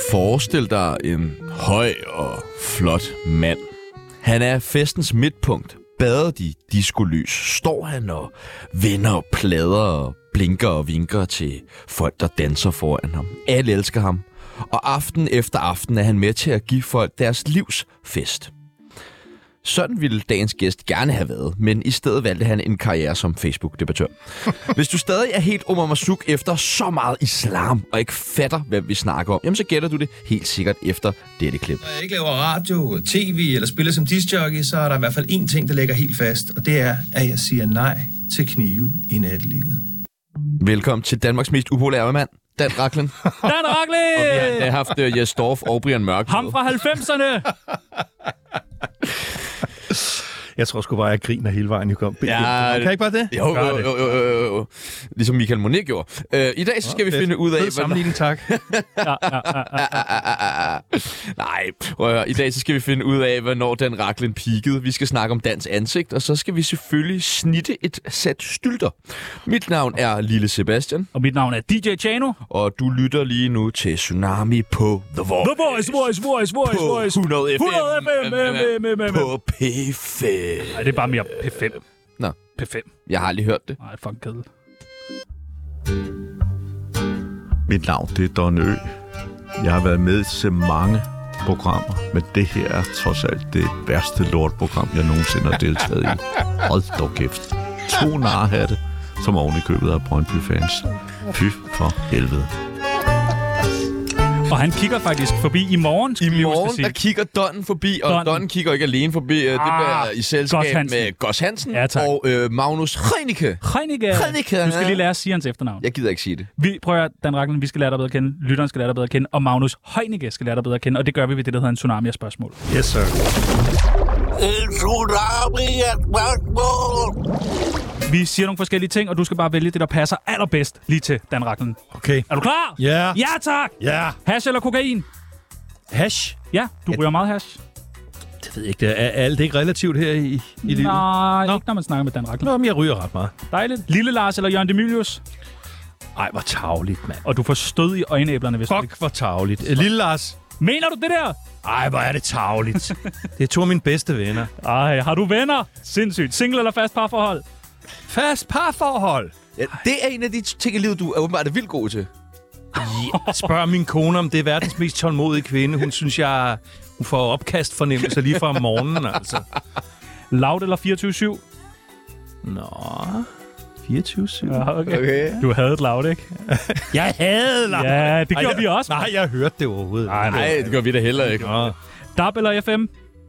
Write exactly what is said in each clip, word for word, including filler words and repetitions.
Forestil dig en høj og flot mand. Han er festens midtpunkt. Badet i diskolys står han og vender plader og blinker og vinker til folk, der danser foran ham. Alle elsker ham, og aften efter aften er han med til at give folk deres livs fest. Sådan ville dagens gæst gerne have været, men i stedet valgte han en karriere som Facebook-debattør. Hvis du stadig er helt Omar Marzouk efter så meget islam, og ikke fatter, hvad vi snakker om, jamen så gætter du det helt sikkert efter dette klip. Når jeg ikke laver radio, tv eller spiller som discjockey, så er der i hvert fald én ting, der ligger helt fast, og det er, at jeg siger nej til knive i nattelivet. Velkommen til Danmarks mest upopulære mand, Dan Rachlin. Dan Rachlin! Og vi har endda haft uh, Jes Dorf og Brian Mørk. Ham fra halvfemserne! Jeg tror sgu bare, jeg griner hele vejen, jeg kom. Ja, kan jeg ikke bare det? Jo, jo, jo, jo, jo, jo. Ligesom Michael Monet gjorde. Uh, I dag så skal oh, vi finde ud af... Fed sammenligning, tak. ja, ja, ja, ja. Nej, prøv I dag så skal vi finde ud af, hvornår Dan Rachlin peakede. Vi skal snakke om dans ansigt, og så skal vi selvfølgelig snitte et sæt stylter. Mit navn er Lille Sebastian. Og mit navn er D J Chano. Og du lytter lige nu til Tsunami på The Voice. The Voice, Voice, Voice, Voice, på Voice. hundrede F M. hundrede F M. På P fem. Nej, det er bare mere P fem. Nå. P fem. Jeg har aldrig hørt det. Nej, fucking kedeligt. Mit navn, det er Don Ø. Jeg har været med til mange programmer, men det her er trods alt det værste lortprogram, jeg nogensinde har deltaget i. Hold dog kæft. To narhatte, som oven i købet af Brøndby-fans. Fy for helvede. Og han kigger faktisk forbi i morgen. I morgen, der kigger Don forbi, og Don, Don kigger ikke alene forbi. Ah, det bliver i selskab med Gus Hansen ja, og øh, Magnus Heunicke. Heunicke. Heunicke. Du skal lige lære at sige hans efternavn. Jeg gider ikke sige det. Vi prøver, Dan Rachlin, vi skal lære dig bedre at kende, lytteren skal lære dig bedre at kende, og Magnus Heunicke skal lære dig bedre at kende, og det gør vi ved det, der hedder en tsunami af spørgsmål. Yes, sir. En tsunami af spørgsmål. Vi siger nogle forskellige ting, og du skal bare vælge det, der passer allerbedst lige til Dan Rachlin. Okay. Er du klar? Ja. Yeah. Ja, tak! Ja. Yeah. Hash eller kokain? Hash? Ja, du ryger meget hash. Det ved jeg ikke. Er, er alt ikke relativt her i, i livet? Nej, Nå. ikke når man snakker med Dan Rachlin. Nå, men jeg ryger ret meget. Dejligt. Lille Lars eller Jørgen Demilius? Ej, hvor tarveligt, mand. Og du får stød i øjenæblerne, hvis Fuck, hvor tarveligt. Lille Lars. Mener du det der? Ej, hvor er det tarveligt. Det er to af mine bedste venner. Ej, har du venner? Sindssygt. Single eller fast parforhold? Fast parforhold. Ja, det er en af de ting i livet, du er åbenbart vildt god til. Ja, spørg min kone, om det er verdens mest tålmodige kvinde. Hun synes, jeg hun får opkastfornemmelser lige fra morgenen, altså. Loud eller fireogtyve syv? Nå, fireogtyve syv. Ja, okay. okay. Du havde et loud, ikke? Jeg havde loud. Ja, det gjorde Ej, vi også. Nej, jeg hørte det overhovedet. Nej, nej, det gør vi da heller ikke. Nå. D A B eller F M?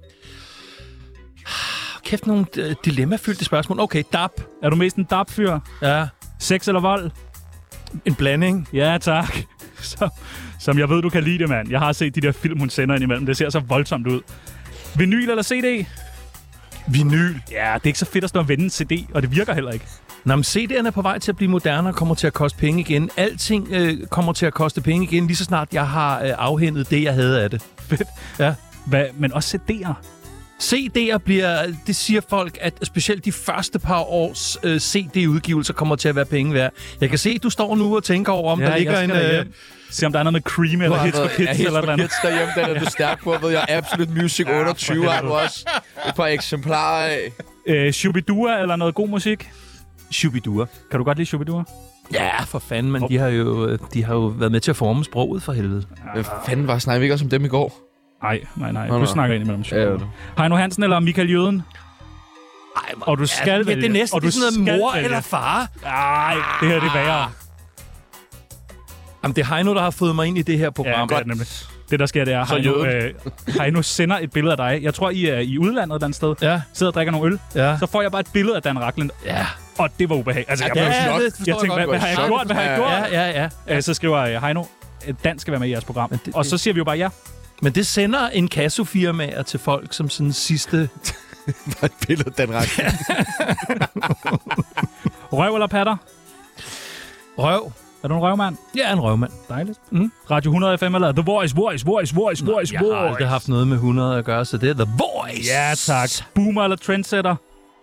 Kæft, nogle uh, dilemmafyldte spørgsmål. Okay, D A B. Er du mest en D A B-fyr? Ja. Sex eller vold? En blanding. Ja, tak. Så, som jeg ved, du kan lide det, mand. Jeg har set de der film, hun sender ind imellem. Det ser så voldsomt ud. Vinyl eller C D? Vinyl. Ja, det er ikke så fedt at stå og vende en C D, og det virker heller ikke. Nå, men C D'erne er på vej til at blive moderne og kommer til at koste penge igen. Alting øh, kommer til at koste penge igen, lige så snart jeg har øh, afhentet det, jeg havde af det. Fedt. Ja. Hvad, men også C D'er? C D'er bliver, det siger folk, at specielt de første par års øh, C D-udgivelser kommer til at være penge værd. Jeg kan se, at du står nu og tænker over, om ja, der ligger en... Øh, se om der er noget med Cream eller Hits for Kids ja, eller noget. Hits derhjemme, den er du stærk på, ved jeg. Absolute Music otteogtyve har du også et par eksemplarer af. Øh, Shubidua eller noget god musik? Shubidua. Kan du godt lide Shubidua? Ja, for fanden, men oh. de, har jo, de har jo været med til at forme sproget for helvede. Hvad fanden var snakker vi ikke også om dem i går? Nej, nej, nej. Nå, du nå. snakker ind imellem Shubidua. Ja, Heino Hansen eller Michael Jøden? Ej, og du skal ja, vælge. det er næsten og du sådan noget mor vælge. eller far. Nej, det her det er værre. Jamen, det er Heino, der har fået mig ind i det her program. Ja, det, det, det der sker, det er, Heino, øh, Heino sender et billede af dig. Jeg tror, I er i udlandet et eller andet sted. Ja. Sidder og drikker nogle øl. Ja. Så får jeg bare et billede af Dan Rachlin. Ja. Og det var ubehageligt. Altså, jeg ja, blev ja, chok. det Jeg tænkte, hvad, hvad har jeg gjort? Hvad har jeg gjort? Ja, ja, ja. Øh, så skriver jeg, Heino, Dan skal være med i jeres program. Det, og så siger vi jo bare ja. Men det sender en kassofirmaer til folk som sådan sidste... Hvad et billede af Dan Rachlin? Røv eller patter? Røv. Er du en røvmand? Jeg er en røvmand. Dejligt. Mm. Radio hundrede F M eller The Voice, Voice, Voice, Voice, Nå, Voice, jeg Voice. har aldrig haft noget med hundrede at gøre, så det er The Voice. Ja, tak. Boomer eller trendsetter?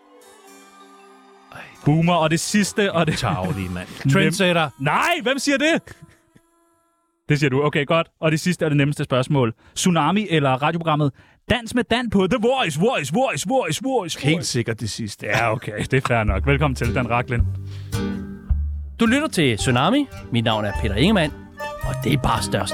Ej, Boomer, og det sidste, og det... Tarvelige, mand. Trendsetter. Nej, hvem siger det? Det siger du. Okay, godt. Og det sidste er det nemmeste spørgsmål. Tsunami eller radioprogrammet Dans med Dan på The Voice, Voice, Voice, Voice, Voice. Helt sikkert det sidste. Ja, okay. Det er fair nok. Velkommen til, Dan Rachlin. Du lytter til Tsunami. Mit navn er Peter Ingemann, og det er bare størst.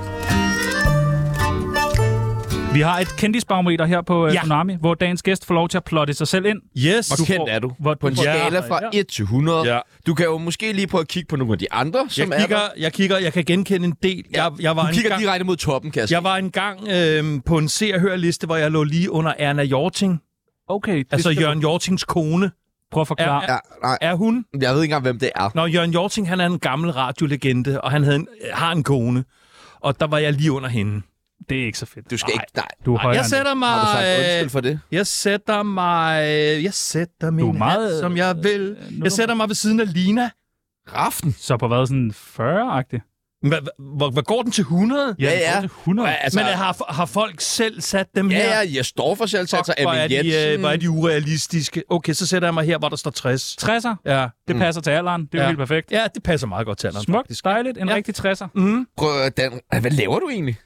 Vi har et kendisbarometer her på uh, Ja. Tsunami, hvor dagens gæst får lov til at plotte sig selv ind. Yes. Hvor kendt er du? Hvor, På en hvor- skala fra Ja. et til hundrede. Ja. Du kan jo måske lige prøve at kigge på nogle af de andre, som Jeg kigger, er der. jeg kigger, jeg kan genkende en del. Jeg, jeg var Du en kigger gang, direkte mod toppen, kan jeg jeg var en gang øh, på en se- og hør-liste, hvor jeg lå lige under Erna Hjorting. Okay. det Altså skal du Jørgen Hjortings kone. Prøv at forklare. Ja, Ja, nej, Er hun? jeg ved ikke engang, hvem det er. Nå, Jørgen Hjorting, han er en gammel radiolegende, og han havde en, har en kone. Og der var jeg lige under hende. Det er ikke så fedt. Du skal ikke... Nej. Du er højere Jeg end sætter mig... Har du sagt undskyld øh, for det? Jeg sætter mig... Jeg sætter min Du er meget, hat, som jeg vil. nu er Jeg du- sætter mig ved siden af Lina. Raften? Så på hvad, sådan fyrre-agtigt? Hvad, hvad, hvad går den til hundrede? Ja, ja. hundrede. Altså, Men har, har folk selv sat dem her? ja, ja, jeg står for selv sat sig. Fuck, hvor er, Amin de, øh, Jensen. hvor er de urealistiske. Okay, så sætter jeg mig her, hvor der står tres. tresser. Ja, Det passer til alderen. Det er jo Ja. helt perfekt. ja det passer meget godt til alderen. Smukt, dejligt. En Ja. rigtig tresser. Prøv, Dan, hvad laver du egentlig?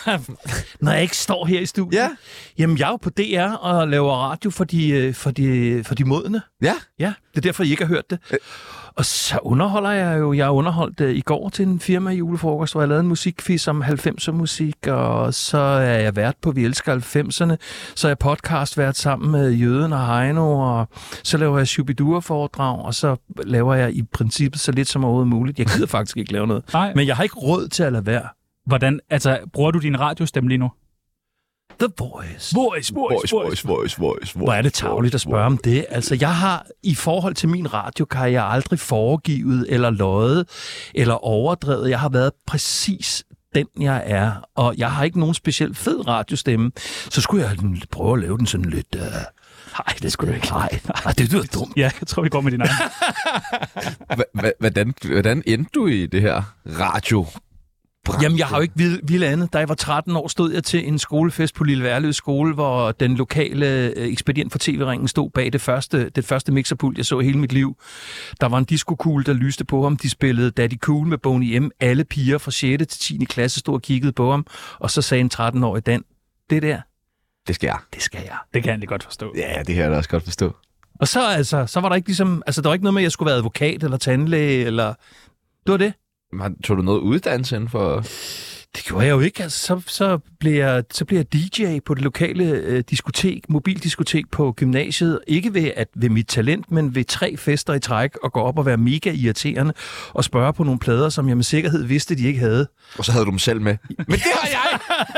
Når jeg ikke står her i studiet. Ja. Jamen, jeg er jo på D R og laver radio for de, øh, for de, for de modne. Ja. Ja, det er derfor, I ikke har hørt det. Og så underholder jeg jo. Jeg underholdt uh, i går til en firma julefrokost, hvor jeg lavede en musikquiz om halvfemser musik, og så er jeg vært på Vi Elsker halvfemserne. Så er jeg podcastvært sammen med Jøden og Heino, og så laver jeg Shubidua-foredrag, og så laver jeg i princippet så lidt som overhovedet muligt. Jeg gider faktisk ikke lave noget. Nej. Men jeg har ikke råd til at lade være. Hvordan, altså, bruger du din radiostemme lige nu? The Voice. Voice, Voice, voice, voice, voice. Hvor er det tarveligt at spørge om det. Altså, jeg har i forhold til min radiokarriere aldrig foregivet eller løjet eller overdrevet. Jeg har været præcis den, jeg er. Og jeg har ikke nogen speciel fed radiostemme. Så skulle jeg prøve at lave den sådan lidt... Uh... Nej, det skulle du ikke. Nej, nej, det lyder dumt. Ja, jeg tror, vi går med din egen. Hva- hva- Hvordan, hvordan endte du i det her radio? Jamen, jeg har jo ikke vil, vil andet. Da jeg var tretten år, stod jeg til en skolefest på Lille Værløs skole, hvor den lokale øh, ekspedient for T V-ringen stod bag det første, det første mixerpult, jeg så i hele mit liv. Der var en diskokugle, der lyste på ham. De spillede Daddy Cool med Boney M. Alle piger fra sjette til tiende klasse stod og kiggede på ham. Og så sagde en tretten-årig Dan, det der, Det skal jeg. det skal jeg. Det kan jeg egentlig godt forstå. Ja, det kan jeg da også godt forstå. Og så, altså, så var der ikke ligesom... Altså, der var ikke noget med, at jeg skulle være advokat eller tandlæge, eller... Det var det. Man, tog du noget uddannelse inden for... Det gjorde jeg jo ikke. Altså, så, så, blev jeg, så blev jeg D J på det lokale øh, diskotek, mobildiskotek på gymnasiet. Ikke ved, at, ved mit talent, men ved tre fester i træk og gå op og være mega irriterende og spørge på nogle plader, som jeg med sikkerhed vidste, de ikke havde. Og så havde du dem selv med. Men det har jeg!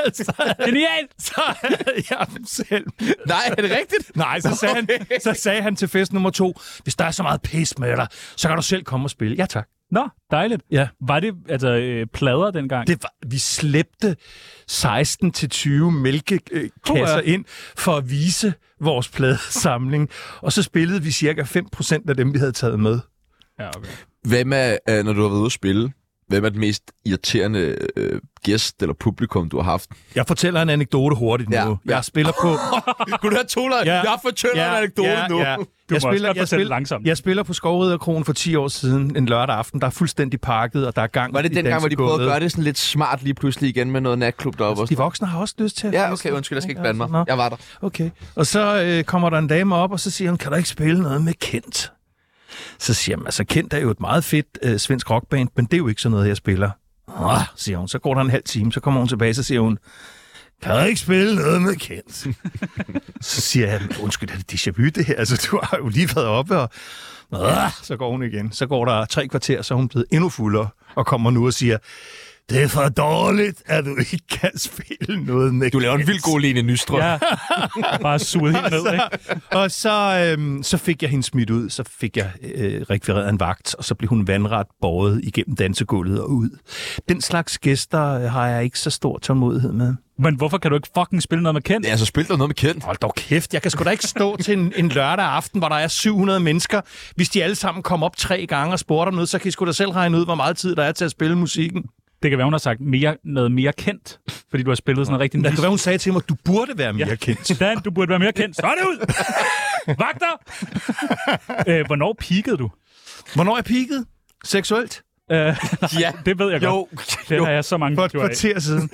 Genialt! Så jeg dem selv. Nej, er det rigtigt? Nej, så sagde, han, så sagde han til fest nummer to, hvis der er så meget pis med dig, så kan du selv komme og spille. Ja, tak. Nå, dejligt. Ja. Var det altså øh, plader dengang? Det var, vi slæbte seksten til tyve mælkekasser ind for at vise vores pladesamling, og så spillede vi cirka fem procent af dem, vi havde taget med. Ja, okay. Hvem er, øh, når du har været ude at spille, hvem er den mest irriterende øh, gæst eller publikum, du har haft? Jeg fortæller en anekdote hurtigt nu. Ja, Ja, ja. Jeg spiller på... Kunne du have to ja. Jeg fortæller en anekdote ja, nu. Ja. Du Jeg må også spiller, godt jeg, fortælle spiller, langsomt. jeg spiller på Skovriderkronen for ti år siden, en lørdag aften. Der er fuldstændig pakket, og der er gang Var det i den gang, hvor de prøvede at dansegulvet. gøre det sådan lidt smart lige pludselig igen med noget natklub deroppe? De voksne har også lyst til at Ja, feste. okay, undskyld, jeg skal ikke Ja, blande mig. nå. Jeg var der. Okay. Og så øh, kommer der en dame op, og så siger hun, kan du ikke spille noget med Kent? Så siger jeg, altså Kent er jo et meget fedt øh, svensk rockband, men det er jo ikke sådan noget, jeg spiller. Ah, siger hun. Så går der en halv time, så kommer hun tilbage, så siger hun, kan du ikke spille noget med Kent? Så siger jeg, undskyld, er det déjà vu det her? Altså, du har jo lige været oppe, og ah, så går hun igen. Så går der tre kvarter, så er hun blevet endnu fuldere, og kommer nu og siger, det er for dårligt, at du ikke kan spille noget med Du laver en vildt god Lene Nystrøm. Ja, bare suget helt ned, ikke? Og så, øhm, så fik jeg hende smidt ud, så fik jeg øh, rekvireret en vagt, og så blev hun vandret båret igennem dansegulvet og ud. Den slags gæster øh, har jeg ikke så stor tålmodighed med. Men hvorfor kan du ikke fucking spille noget med Kent? Ja, så spil der noget med Kent. Hold dog kæft, jeg kan sgu da ikke stå til en, en lørdag aften, hvor der er syv hundrede mennesker. Hvis de alle sammen kommer op tre gange og spurgter om noget, så kan I sgu da selv regne ud, hvor meget tid der er til at spille musikken. Det kan være, hun har sagt mere, noget mere kendt, fordi du har spillet sådan en rigtig Det niche. kan være, hun sagde til mig, du burde være mere Ja. kendt. Dan, du burde være mere kendt. Så er det ud! Vagter! øh, hvornår peakede du? Hvornår er jeg peaked? Seksuelt? Uh, Ja. Det ved jeg Jo. godt. Det har jeg så mange For et videoer af. kvarter siden.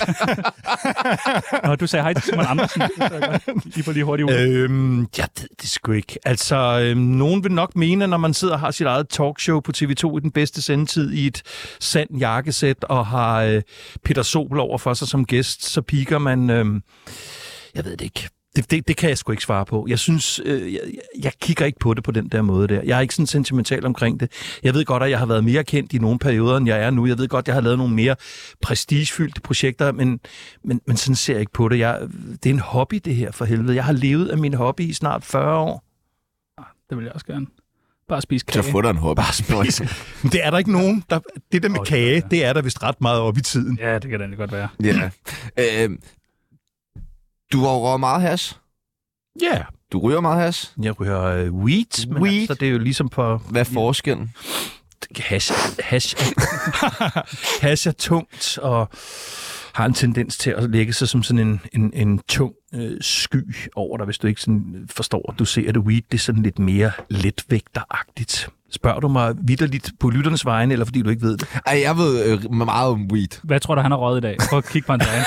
Nå, du sagde hej til Simon Andersen. Lige for lige hurtigt ud. øhm, jeg ved det sgu ikke. Altså, øhm, nogen vil nok mene, når man sidder og har sit eget talkshow på T V to i den bedste sendetid i et sand jakkesæt og har øh, Peter Sobel over for sig som gæst, så piker man... Øhm, jeg ved det ikke. Det, det, det kan jeg sgu ikke svare på. Jeg synes, øh, jeg, jeg kigger ikke på det på den der måde der. Jeg er ikke sådan sentimental omkring det. Jeg ved godt, at jeg har været mere kendt i nogle perioder, end jeg er nu. Jeg ved godt, at jeg har lavet nogle mere prestigefyldte projekter, men, men, men sådan ser jeg ikke på det. Jeg, det er en hobby, det her, for helvede. Jeg har levet af min hobby i snart fyrre år. Det vil jeg også gerne. Bare spise kage. Så få dig en hobby. Bare spise. Men det er der ikke nogen. Der, det der med Åh, det kage, er det. det er der vist ret meget op i tiden. Ja, det kan det egentlig godt være. Ja. Øh, du har røget meget hash. Ja. Yeah. Du ryger meget hash. Jeg ryger øh, weed, men Weed? altså, det er jo ligesom på... Hvad er forskellen? Hash, hash, hash er tungt og har en tendens til at lægge sig som sådan en, en, en tung øh, sky over dig, hvis du ikke sådan forstår, at du ser, at weed det er sådan lidt mere letvægteragtigt. Spørger du mig vitterligt på lytternes vegne, eller fordi du ikke ved det? Ej, jeg ved øh, meget om weed. Hvad tror du, han har røget i dag? Prøv at kigge på hans øjne.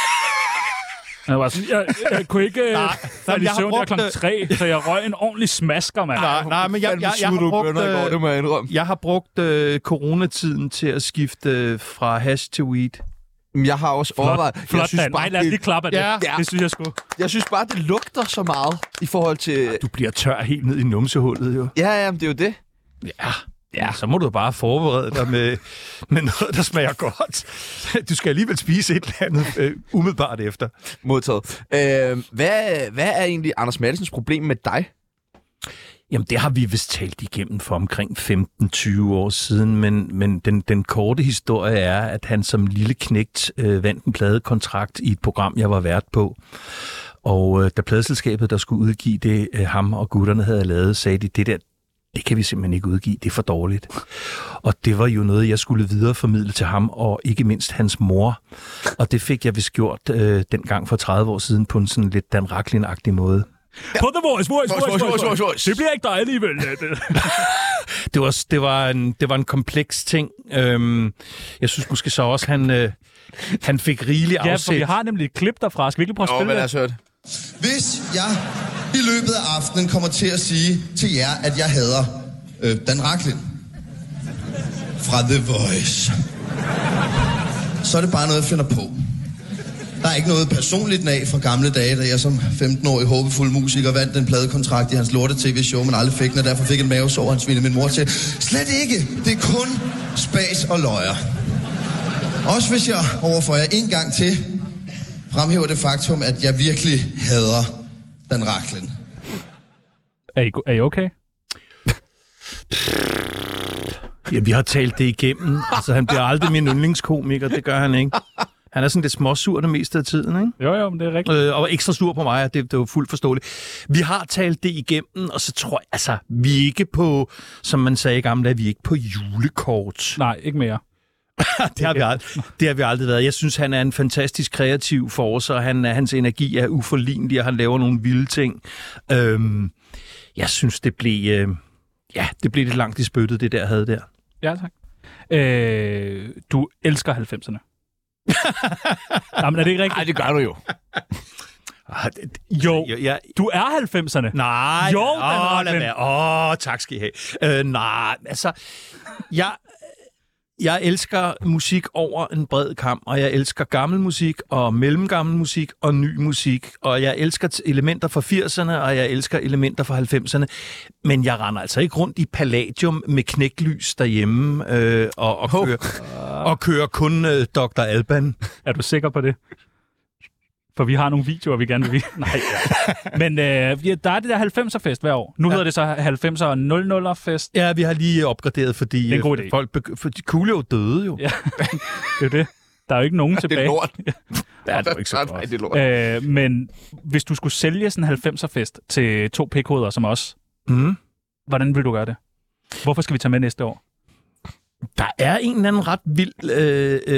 Jeg, var sådan, jeg, jeg kunne ikke Nej, falde i jeg har søvn der brugt, klokken tre, så jeg røg en ordentlig smasker, mand. Nej, nej, men jeg, jeg, jeg, jeg har brugt... Bønner, det må jeg indrømme. Jeg har brugt øh, coronatiden til at skifte øh, fra hash til weed. Jeg har også overvejet... Flot, jeg synes Dan. bare, Nej, lad os lige det, klappe af det. Ja. Ja. Det synes jeg sgu. jeg synes bare, det lugter så meget i forhold til... Du bliver tør helt ned i numsehullet, jo. Ja, ja, men det er jo det. Ja. Ja, så må du bare forberede dig med, med noget, der smager godt. Du skal alligevel spise et eller andet øh, umiddelbart efter. Modtaget. Øh, hvad, hvad er egentlig Anders Mattelsens problem med dig? Jamen, det har vi vist talt igennem for omkring femten tyve år siden, men, men den, den korte historie er, at han som lille knægt øh, vandt en pladekontrakt i et program, jeg var vært på. Og øh, da pladeselskabet, der skulle udgive det, øh, ham og gutterne havde lavet, sagde de, det der, det kan vi simpelthen ikke udgive, det er for dårligt. Og det var jo noget, jeg skulle videreformidle til ham, og ikke mindst hans mor. Og det fik jeg vist gjort øh, dengang for tredive år siden på en sådan lidt Dan Rachlin-agtig måde. På the voice, voice, voice, voice, voice, voice. Det bliver ikke dig alligevel. Det var, det var, en, det var en kompleks ting. Øhm, jeg synes måske så også, han, øh, han fik rigeligt Ja, afsæt. for vi har nemlig et klip derfra. Skal vi ikke lige prøve at Åh, spille men det? altså hørt. Hvis jeg i løbet af aftenen kommer til at sige til jer, at jeg hader øh, Dan Rachlin fra The Voice, så er det bare noget, jeg finder på. Der er ikke noget personligt af fra gamle dage, da jeg som femten-årig håbefuld musiker vandt en pladekontrakt i hans lorte-tv-show, men aldrig fik den, og derfor fik en mavesår, han svinede min mor til. Slet ikke. Det er kun spas og løjer. Også hvis jeg overfor jer en gang til fremhæver det faktum, at jeg virkelig hader Dan Rachlin. Er I, er I okay? Ja, vi har talt det igennem. Altså, han bliver aldrig min yndlingskomiker, det gør han ikke. Han er sådan lidt småsur det meste af tiden, ikke? Jo, jo, men det er rigtigt. Øh, og ekstra sur på mig, det, det er jo fuldt forståeligt. Vi har talt det igennem, og så tror jeg, altså, vi er ikke på, som man sagde i gamle dage, vi er ikke på julekort. Nej, ikke mere. det, har vi aldrig, det har vi aldrig været. Jeg synes, han er en fantastisk kreativ force, og han, hans energi er uforlignelig, og han laver nogle vilde ting. Øhm, jeg synes, det blev, øh, ja, det blev lidt langt i spyttet, det der havde der. Ja, tak. Øh, du elsker halvfemserne. Jamen, er det ikke rigtigt? Nej, det gør du jo. Jo, Jeg, jeg, du er halvfemserne. nej. Jo, åh, Dan lad Rachlin. være. Åh, tak skal I have. Øh, nej, altså, jeg, jeg elsker musik over en bred kam, og jeg elsker gammel musik og mellemgammel musik og ny musik, og jeg elsker t- elementer fra firserne, og jeg elsker elementer fra halvfemserne, men jeg render altså ikke rundt i Palladium med knæklys derhjemme øh, og, og, kører, og kører kun øh, doktor Alban. Er du sikker på det? For vi har nogle videoer, vi gerne vil vise. Nej, ja. Men øh, ja, der er det der halvfemser-fest hver år. Nu ja. hedder det så halvfemser- og nul nuller-fest. Ja, vi har lige opgraderet, fordi Det er en god øh, idé. folk begy- for de Coolio døde jo. Ja, det er jo det. Der er jo ikke nogen Det er tilbage. lort. Ja, det var ikke så Nej, godt. det er lort. Øh, men hvis du skulle sælge sådan en halvfemser-fest til to pikhoveder som os, Mm. hvordan vil du gøre det? Hvorfor skal vi tage med næste år? Der er en eller anden ret vild øh, øh,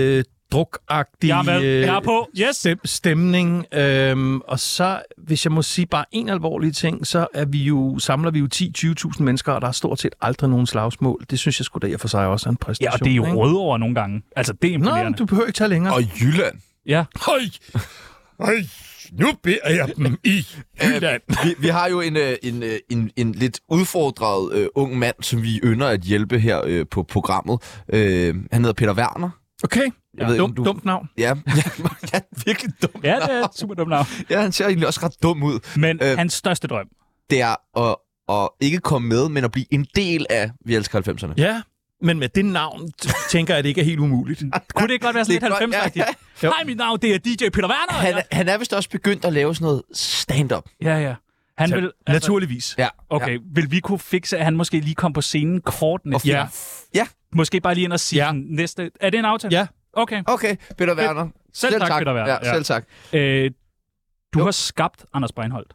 drukagtig Jeg er med. øh, Jeg er på. Yes. stem, stemning. Øhm, og så, hvis jeg må sige bare en alvorlig ting, så er vi jo, samler vi jo ti til tyve tusind mennesker, og der er stort set aldrig nogen slagsmål. Det synes jeg sgu da for sig også er en præstation. Ja, og det er jo ikke? Rødovre nogle gange. Altså, det er imponerende. Nå, du behøver ikke tage længere. Og Jylland. Ja. Høj! Høj! Nu beder jeg dem i Jylland. vi, vi har jo en, øh, en, øh, en, en lidt udfordret øh, ung mand, som vi ynder at hjælpe her øh, på programmet. Øh, han hedder Peter Werner. Okay, Jeg ved ikke, Dum, om du... dumt navn. Ja, ja, ja, virkelig dum. Ja, det er et super dumt navn. Ja, han ser egentlig også ret dum ud. Men Øh, øh, hans største drøm. Det er at, at ikke komme med, men at blive en del af Vi elsker halvfemserne. Ja, men med det navn tænker jeg, at det ikke er helt umuligt. Kunne det ikke godt være sådan Det er lidt godt, halvfems-agtigt? ja, Hej, mit navn det er D J Peter Werner. Han, er- han er vist også begyndt at lave sådan noget stand-up. Ja, ja. Han vil, altså, Naturligvis. Ja. okay, vil vi kunne fikse, at han måske lige kom på scenen kort næste? Ja. Ja. Måske bare lige ind og sige Ja. den næste... Er det en aftale? Ja. Okay. Okay, Peter Werner. Selv tak, Peter Werner. Ja, Ja. selv tak. Øh, du Jo. har skabt Anders Breinholt.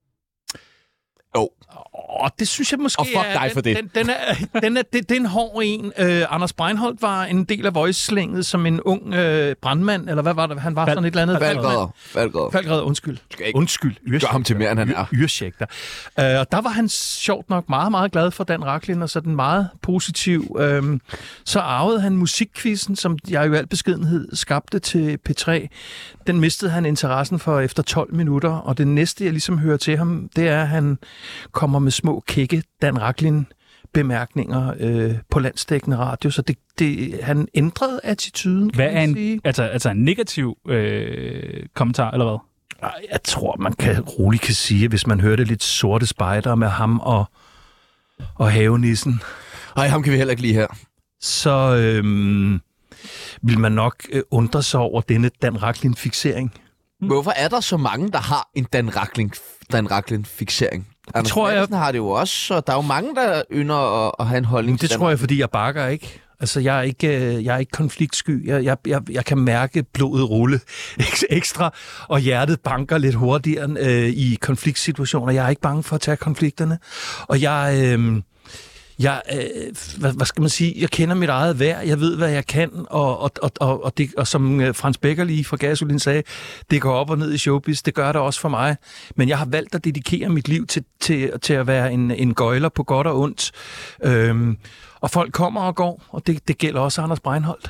Jo. Åh, det synes jeg måske Og fuck er... dig for den, det. Den, den er, den er, det, det er en hård en. Øh, Anders Breinholt var en del af Voice-slænget som en ung øh, brandmand, eller hvad var det? Han var Fal- sådan et eller andet... Valgredder. Valgredder. Falkred, undskyld. skal ikke Undskyld. gøre ham til mere, end han er. Yrschægter. Øh, og der var han sjovt nok meget, meget glad for Dan Rachlin, og sådan meget positiv. Øhm, så arvede han musikkvisten, som jeg jo i al beskedenhed skabte til P tre. Den mistede han interessen for efter tolv minutter, og det næste, jeg ligesom hører til ham, det er, at han kommer med små kække Dan Rachlin bemærkninger øh, på landsdækkende radio, så det, det, han ændrede attituden, kan Hvad er man en, sige. altså, altså en negativ øh, kommentar, eller hvad? Ej, jeg tror, man kan roligt kan sige, hvis man hørte lidt Sorte Spejder med ham og, og havenissen, Ej, ham kan vi heller ikke lide her. så øhm, vil man nok øh, undre sig over denne Dan Rachlin-fixering. Hvorfor er der så mange, der har en Dan Rachlin, Dan Rachlin-fixering? Anders tror jeg- Madsen har det jo også, og der er jo mange, der ynder at, at have en holdning Det til tror jeg, fordi jeg bakker ikke. Altså, jeg er ikke, øh, jeg er ikke konfliktsky. Jeg, jeg, jeg, jeg kan mærke blodet rulle eks- ekstra, og hjertet banker lidt hurtigere øh, i konfliktsituationer. Jeg er ikke bange for at tage konflikterne. Og jeg... Øh, Jeg, øh, hvad, hvad skal man sige, jeg kender mit eget værd, jeg ved, hvad jeg kan, og, og, og, og, og, det, og som øh, Frans Becker lige fra Gasolin sagde, det går op og ned i showbiz, det gør det også for mig. Men jeg har valgt at dedikere mit liv til, til, til at være en, en gøjler på godt og ondt. Øhm, og folk kommer og går, og det, det gælder også Anders Breinholt.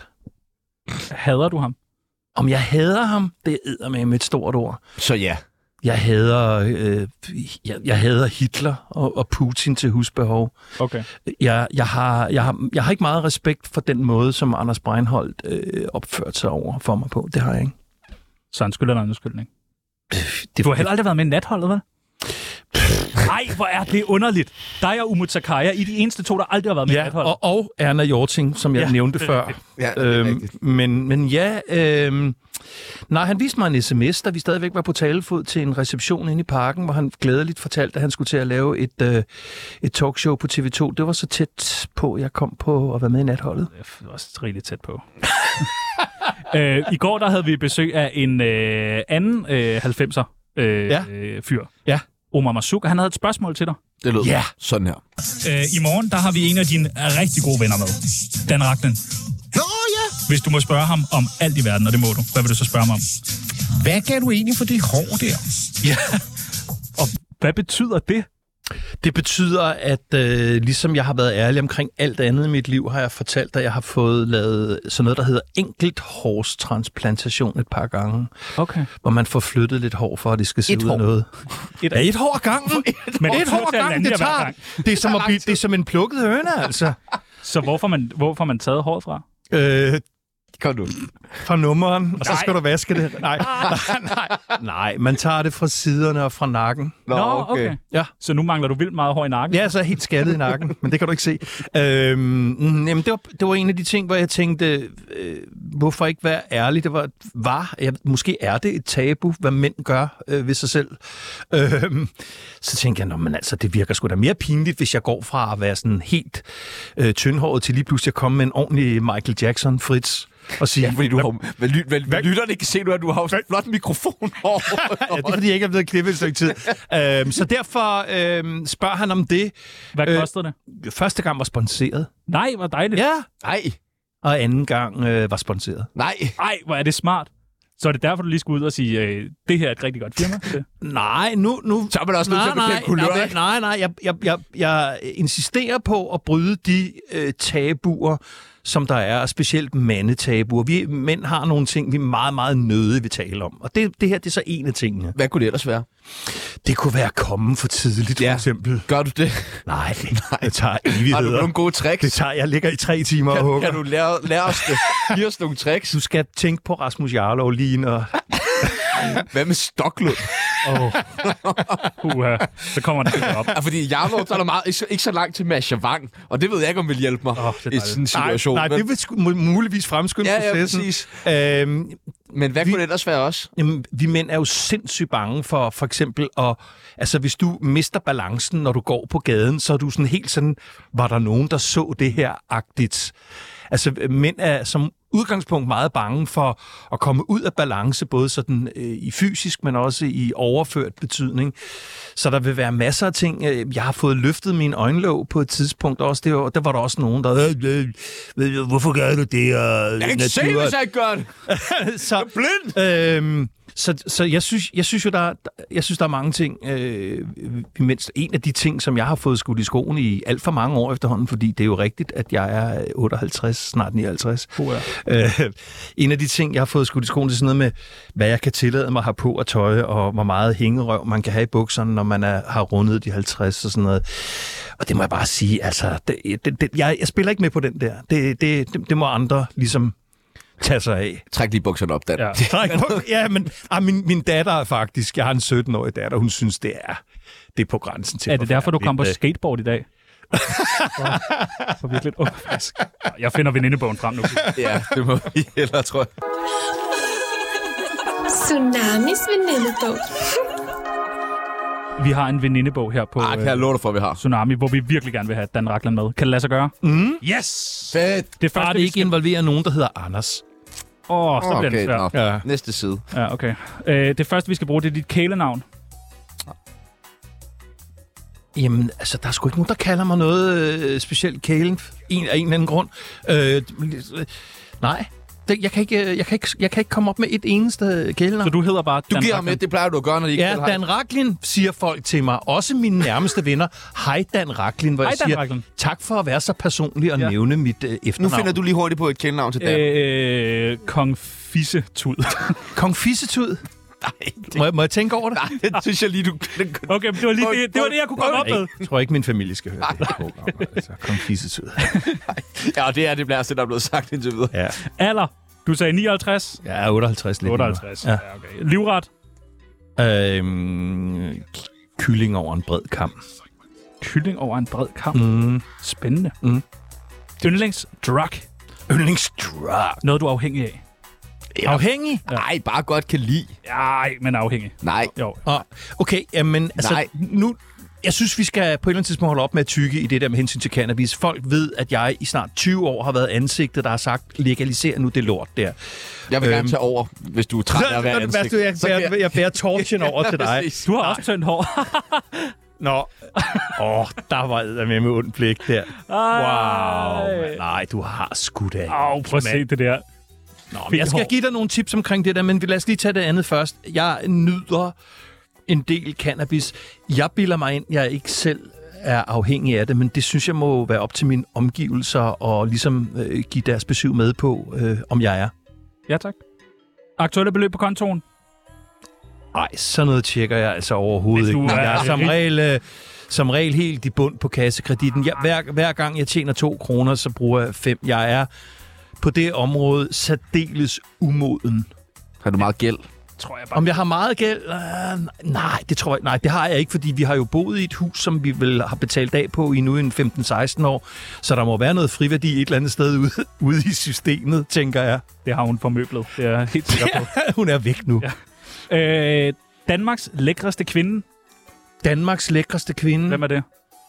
Hader du ham? Om jeg hader ham, det er med med et stort ord. Så ja. Jeg hader, øh, jeg, jeg hader Hitler og, og Putin til husbehov. Okay. Jeg, jeg, har, jeg, har, jeg har ikke meget respekt for den måde, som Anders Breinholt øh, opførte sig over for mig på. Det har jeg ikke. Så han skylder dig en undskyldning. Det, Du har heller aldrig været med i natholdet, vel? Nej, hvor er det underligt. Dig og Umut Sakai, I er de eneste to, der aldrig har været med i ja, natholdet. og, og Erna Jorting, som jeg Ja, ja, nævnte det er før. rigtigt. Ja, det er Øhm, rigtigt. men, men ja, øhm, nej, han viste mig en sms, da vi stadigvæk var på talefod til en reception inde i parken, hvor han glædeligt fortalte, at han skulle til at lave et, øh, et talkshow på T V to. Det var så tæt på, jeg kom på at være med i natholdet. Jeg er også rigtig tæt på. øh, I går der havde vi besøg af en øh, anden øh, halvfemser øh, Ja. øh, fyr. Ja. Omar Masuk, han havde et spørgsmål til dig. Det lød Ja. sådan her. Øh, I morgen der har vi en af dine rigtig gode venner med. Dan Rachlin. Nå ja, Hvis du må spørge ham om alt i verden, og det må du, hvad vil du så spørge ham om? hvad gav du egentlig for det hår der? Ja. Og hvad betyder det? Det betyder, at øh, ligesom jeg har været ærlig omkring alt andet i mit liv, har jeg fortalt, at jeg har fået lavet sådan noget, der hedder enkelthårstransplantation et par gange, Okay. hvor man får flyttet lidt hår for, at det skal se Et ud af hår. noget. Et, Ja, et hår ad gangen. Men Et hår ad gangen, det tager. Det er som, at blive, det er som en plukket høne, altså. Så hvorfor man, hvorfor man taget håret fra? Øh, Kom nu. fra nummeren, og så skal du vaske det. Nej, nej, nej. Nej, man tager det fra siderne og fra nakken. Nå, okay. Ja. Så nu mangler du vildt meget hår i nakken? Ja, så er jeg helt skattet i nakken, men det kan du ikke se. Øhm, mm, jamen, det, var, det var en af de ting, hvor jeg tænkte, øh, hvorfor ikke være ærlig? Det var, var jeg, måske er det et tabu, hvad mænd gør øh, ved sig selv. Øhm, så tænkte jeg, nå, men altså, det virker sgu da mere pinligt, hvis jeg går fra at være sådan helt øh, tyndhåret til lige pludselig at komme med en ordentlig Michael Jackson-Fritz. Og sige, Ja, fordi du har... Hvad, ly, hvad, hvad lytterne kan se nu, at du har sådan en flot mikrofon over. ja, det er fordi, jeg ikke er blevet klippet et stykke tid. øhm, så derfor øhm, spørger han om det. Hvad Øh, kostede det? Første gang var sponsoreret. Nej, hvor dejligt. Ja, Nej. og anden gang øh, var sponsoreret. Nej. Ej, hvor er det smart. Så er det derfor, du lige skulle ud og sige, øh, det her er et rigtig godt firma? Det. Nej, nu... nu Så er man også nødt til at bekende kulør, nej, ikke? nej, nej, jeg, jeg, jeg, jeg insisterer på at bryde de øh, tabuer, som der er, og specielt mandetabuer. Vi mænd har nogle ting, vi meget, meget nødige vil tale om. Og det, det her, det er så en af tingene. Hvad kunne det ellers være? Det kunne være at komme for tidligt, Ja. for eksempel. Gør du det? Nej, nej. Det tager Har du evigheder. nogle gode tricks? Det tager, jeg ligger i tre timer og Kan, hugger. kan du lære, lære os det? Giv os nogle tricks. Du skal tænke på Rasmus Jarlov lige når... Hvad med Stoklund? Åh, Uha, så kommer den op. Ja, fordi Jarlov, der er der meget, ikke, så, ikke så langt til Masha Wang, og det ved jeg ikke, om vil hjælpe mig Åh, det er i dejligt. sådan en situation. Nej, nej, men, det vil sgu- mu- muligvis fremskynde Ja, ja, processen. præcis. Øhm, men hvad vi- kunne det ellers være også? Jamen, vi mænd er jo sindssygt bange for for eksempel at... Altså, hvis du mister balancen, når du går på gaden, så er du sådan helt sådan, var der nogen, der så det her-agtigt. Altså, mænd er som udgangspunkt meget bange for at komme ud af balance, både sådan øh, i fysisk, men også i overført betydning. Så der vil være masser af ting. Øh, Jeg har fået løftet min øjenlåg på et tidspunkt også. Det var, der var der også nogen, der... Øh, øh, øh, hvorfor gør du det? Og, Jeg kan ikke se, hvis jeg ikke gør det. så, Jeg er blind. Øhm, så så jeg, synes, jeg synes jo, der, er- jeg synes, der er mange ting. Øh, mindst en af de ting, som jeg har fået skudt i skoene i alt for mange år efterhånden, fordi det er jo rigtigt, at jeg er otteoghalvtreds, snart nioghalvtreds. Uha. Øh, en af de ting, jeg har fået skudt i skoene, det er sådan noget med, hvad jeg kan tillade mig at have på at tøj, og hvor meget hængerøv man kan have i bukserne, når man er, har rundet de halvtreds og sådan noget. Og det må jeg bare sige, altså, det, det, det, jeg, jeg spiller ikke med på den der. Det, det, det, det må andre ligesom tage sig af. Træk lige bukserne op, Dan. Ja. Træk på- Ja, men ah, min, min datter er faktisk, jeg har en sytten-årig datter, hun synes, det er, det er på grænsen til. Er det derfor, du kom på forfærdeligt. skateboard i dag? For, for virkelig lidt frisk. Jeg finder venindebogen frem nu. Ja, det må vi hellere, tror jeg. Tsunamis venindebog. Vi har en venindebog her på Ah, kan jeg love dig for, at vi har. Tsunami, hvor vi virkelig gerne vil have Dan Rachlin med. Kan det lade sig gøre? Mm. Yes! Fedt. Det Bare første, det vi ikke skal... involverer nogen, der hedder Anders. Åh, oh, så bliver det Okay, svært. nå. Ja. Næste side. Ja, okay. Øh, det første, vi skal bruge, det er dit kælenavn. Jamen, altså, der er sgu ikke nogen, der kalder mig noget øh, specielt kælen en, af en eller anden grund. Øh, øh, nej, det, jeg, kan ikke, øh, jeg, kan ikke, jeg kan ikke komme op med et eneste kælenavn. Så du hedder bare Du Dan giver ham Rachlin. et, det plejer du at gøre, når de ikke Ja, selv har Dan Rachlin, siger folk til mig. Også mine nærmeste venner. Hej, Dan Rachlin, hvor Hej, jeg Dan siger, Rachlin. tak for at være så personlig og Ja. ja. nævne mit øh, Nu efternavn. finder du lige hurtigt på et kælenavn til Dan. Øh, Kong Fissetud. Kong Fissetud. Nej, det, Må jeg, må jeg tænke over det? nej, det synes jeg lige, du... Okay, men det var lige det, det, var det jeg kunne komme op med. Jeg tror ikke, min familie skal høre det. Altså, Kong Fissetud. Ja, og det er det bliver det, der er blevet sagt indtil videre. Ja. Alder. Du sagde nioghalvtreds. Jeg er otteoghalvtreds lidt. otteoghalvtreds. Ja. Ja, okay. Livret. Øhm, k- kylling over en bred kam. Kylling over en bred kam. Mm. Spændende. Mm. Yndlingsdrug. Yndlingsdrug. Noget, du er afhængig af. Afhængig? Nej, bare godt kan lide. Nej, men afhængig. Nej. Jo. Oh, okay, jamen, altså, Nej. nu... Jeg synes, vi skal på et eller andet tidspunkt holde op med at tykke i det der med hensyn til cannabis. Folk ved, at jeg i snart tyve år har været ansigtet, der har sagt, legaliser nu det lort der. Jeg vil gerne Øhm. tage over, hvis du er træt af at være ansigt. Jeg, Så jeg, kan jeg, jeg bærer torchen over til dig. præcis. Du har også tyndt hår. Nå, åh, oh, der var jeg med med ond blik der. Wow, man. Nej, du har skudt af. Au, prøv at se det der. Nå, men jeg skal give dig nogle tips omkring det der, men lad os lige tage det andet først. Jeg nyder en del cannabis. Jeg bilder mig ind, jeg ikke selv er afhængig af det, men det synes jeg må være op til mine omgivelser og ligesom øh, give deres besøg med på, øh, om jeg er. Ja, tak. Aktuelle beløb på kontoen. Nej, sådan noget tjekker jeg altså overhovedet Hvis du ikke. er- Jeg er som regel, øh, som regel helt i bund på kassekreditten. Jeg, hver, hver gang jeg tjener to kroner, så bruger jeg fem. Jeg er på det område særdeles umoden. Har du meget gæld? Tror jeg bare. Om jeg har meget gæld? Uh, nej, det tror jeg nej, det har jeg ikke, fordi vi har jo boet i et hus, som vi vel har betalt af på i nu en femten seksten år. Så der må være noget friværdi et eller andet sted ude, ude i systemet, tænker jeg. Det har hun formøblet. Det er jeg helt sikker på. Hun er væk nu. Ja. Øh, Danmarks lækreste kvinde. Danmarks lækreste kvinde. Hvem er det?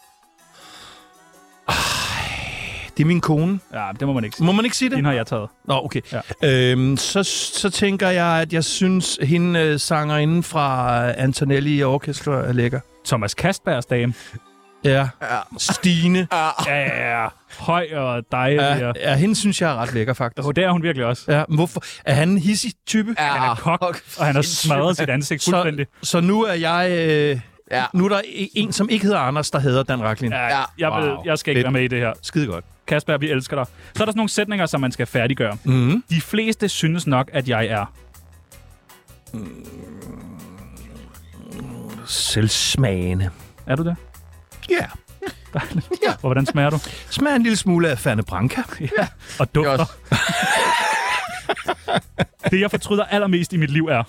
Det er min kone. Ja, det må man ikke sige. Må man ikke sige det? Den har jeg taget. Nå, okay. Ja. Øhm, så, så tænker jeg, at jeg synes, hende øh, sangerinden fra Antonelli Orchestra er lækker. Thomas Kastbergs dame. Ja. Stine. Ja, ja, ja. Høj og dejlig. Ja, ja, hende synes jeg er ret lækker, faktisk. Og det er hun virkelig også. Ja, men hvorfor? Er han en hissig type? Ja, han er kok, og han har smadret sit ansigt fuldstændig. Så, så nu er jeg... Øh, Ja. Nu er der en, som ikke hedder Anders, der hedder Dan Rachlin. Ja, jeg, vil, Wow. jeg skal ikke Fedt. være med i det her. Skide godt. Kasper, vi elsker dig. Så er der sådan nogle sætninger, som man skal færdiggøre. Mm. De fleste synes nok, at jeg er... Selvsmagende. Er du det? Ja. Dejligt. Ja. Og hvordan smager du? Smager en lille smule af Ferne Branca. Ja. Og dufter. Det, jeg fortryder allermest i mit liv, er...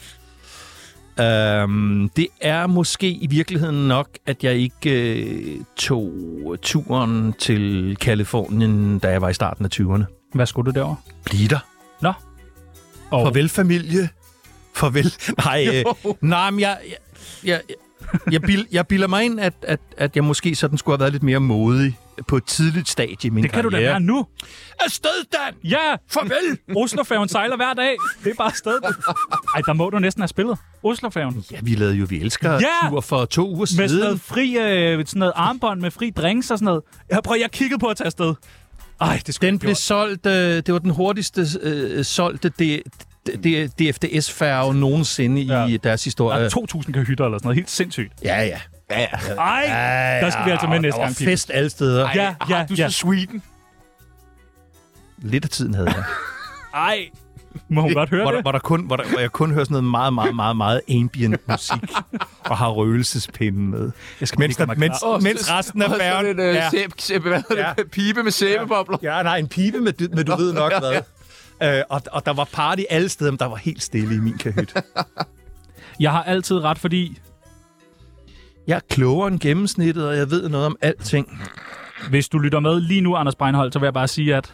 Um, det er måske i virkeligheden nok, at jeg ikke øh, tog turen til Californien, da jeg var i starten af tyverne. Hvad skulle du derovre? Bliv der. Nå. Og... Farvel, familie. Farvel. Nej, øh, nej, men jeg... jeg, jeg, jeg, jeg, bil, jeg bilder mig ind, at, at, at jeg måske sådan skulle have været lidt mere modig på et tidligt stadie i min Det kan karriere. du da være nu. Afsted, Dan! Ja! Farvel! Oslofærgen sejler hver dag. Det er bare afsted. Ej, der må du næsten have spillet. Oslofærgen. Ja, vi lavede jo Vi Elsker Ja! tur for to uger Med siden. sådan noget fri, øh, sådan noget armbånd med fri drinks og sådan noget. Jeg, prøv, jeg kiggede på at tage afsted. Ej, det skulle Den blev solgt, øh, det var den hurtigste øh, solgte D- D- D F D S-færge nogensinde ja. i deres historie. Der er to tusind kahytter eller sådan noget. Helt sindssygt. Ja, ja. Ja, ja. Ej, ja, der skal vi altså med næste der gang, var Pibel. fest alle steder. Ej, ja, ja, du ja. så Sweden? Lidt af tiden havde jeg. Ej, må hun godt høre hvor, det? der, hvor, der kun, hvor, der, hvor jeg kun hører sådan noget meget, meget, meget, meget ambient musik og har røgelsespinden med. Jeg skal Mens, der, mens, Åh, mens så- resten af og sådan færgen... en, øh, ja. sæbe, sæbe, hvad hedder det? Pibe med sæbebobler. Ja, nej, en pibe med, med du ved nok hvad. Øh, og, og der var party alle steder, men der var helt stille i min kahyt. Jeg har altid ret, fordi Jeg er klogere end gennemsnittet, og jeg ved noget om alting. hvis du lytter med lige nu, Anders Breinholt, så vil jeg bare sige, at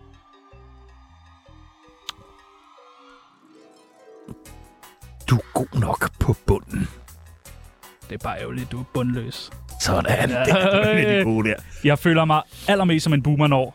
Du er god nok på bunden. det er bare ærgerligt, du er bundløs. Sådan. Det er lidt god der. Jeg føler mig allermest som en boomer når.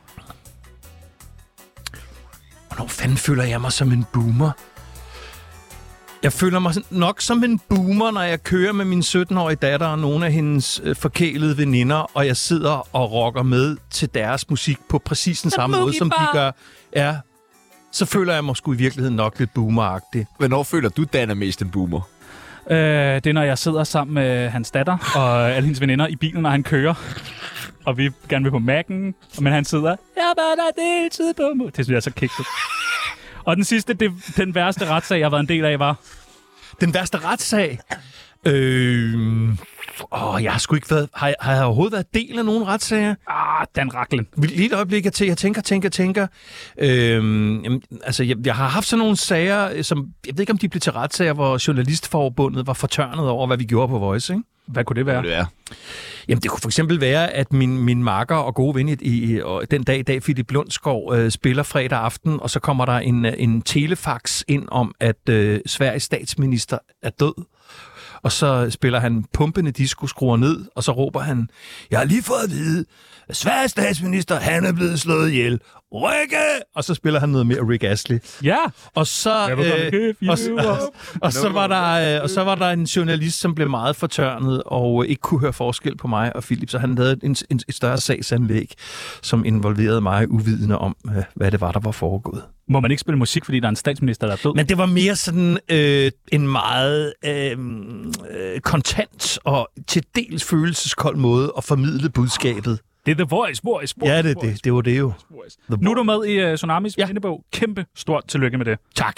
Hvornår fanden føler jeg mig som en boomer? Jeg føler mig nok som en boomer, når jeg kører med min sytten-årige datter og nogle af hendes øh, forkælede veninder, og jeg sidder og rocker med til deres musik på præcis den samme måde, som de gør. Ja, så føler jeg mig sgu i virkeligheden nok lidt boomeragtig. Hvornår føler du, Dan er mest en boomer? Øh, det er, når jeg sidder sammen med hans datter og alle hendes veninder i bilen, når han kører. Og vi gerne vil på Mac'en, men han sidder, jeg var der deltid på mu-" Det synes jeg er så kikset. Og den sidste, det, den værste retssag, jeg har været en del af, var... Den værste retssag? Øh... Åh, jeg har sgu ikke været... Har jeg, har jeg overhovedet været del af nogen retssager? Ah, Dan Rachlin. Lige et øjeblik, jeg, tæ- jeg tænker, tænker, tænker. Øhm, jamen, altså, jeg, jeg har haft sådan nogle sager, som... Jeg ved ikke, om de blev til retssager, hvor Journalistforbundet var fortørnet over, hvad vi gjorde på Voice, ikke? Hvad kunne det være? Det er. Jamen, det kunne for eksempel være, at min, min makker og gode ven i, i og den dag i dag, Philip Lundsgaard, øh, spiller fredag aften, og så kommer der en, en telefax ind om, at øh, Sveriges statsminister er død. Og så spiller han pumpende disco, skruer ned, og så råber han, jeg har lige fået at vide, at Sveriges statsminister, han er blevet slået ihjel. Rikke! Og så spiller han noget mere Rick Astley. Ja! Og så, øh, og, og, og, så var der, øh, og så var der en journalist, som blev meget fortørnet og ikke kunne høre forskel på mig og Philip, så han lavede en, en, et større sagsanlæg, som involverede mig uvidende om, øh, hvad det var, der var foregået. Må man ikke spille musik, fordi der er en statsminister, der er død? Men det var mere sådan øh, en meget øh, øh, kontant og til dels følelseskold måde at formidle budskabet. Det er The Voice, Voice, Voice. Ja, det, Voice, det, det var det jo. Voice. Nu er du med i uh, Tsunamis ja. Vindebog. Kæmpe stort tillykke med det. Tak.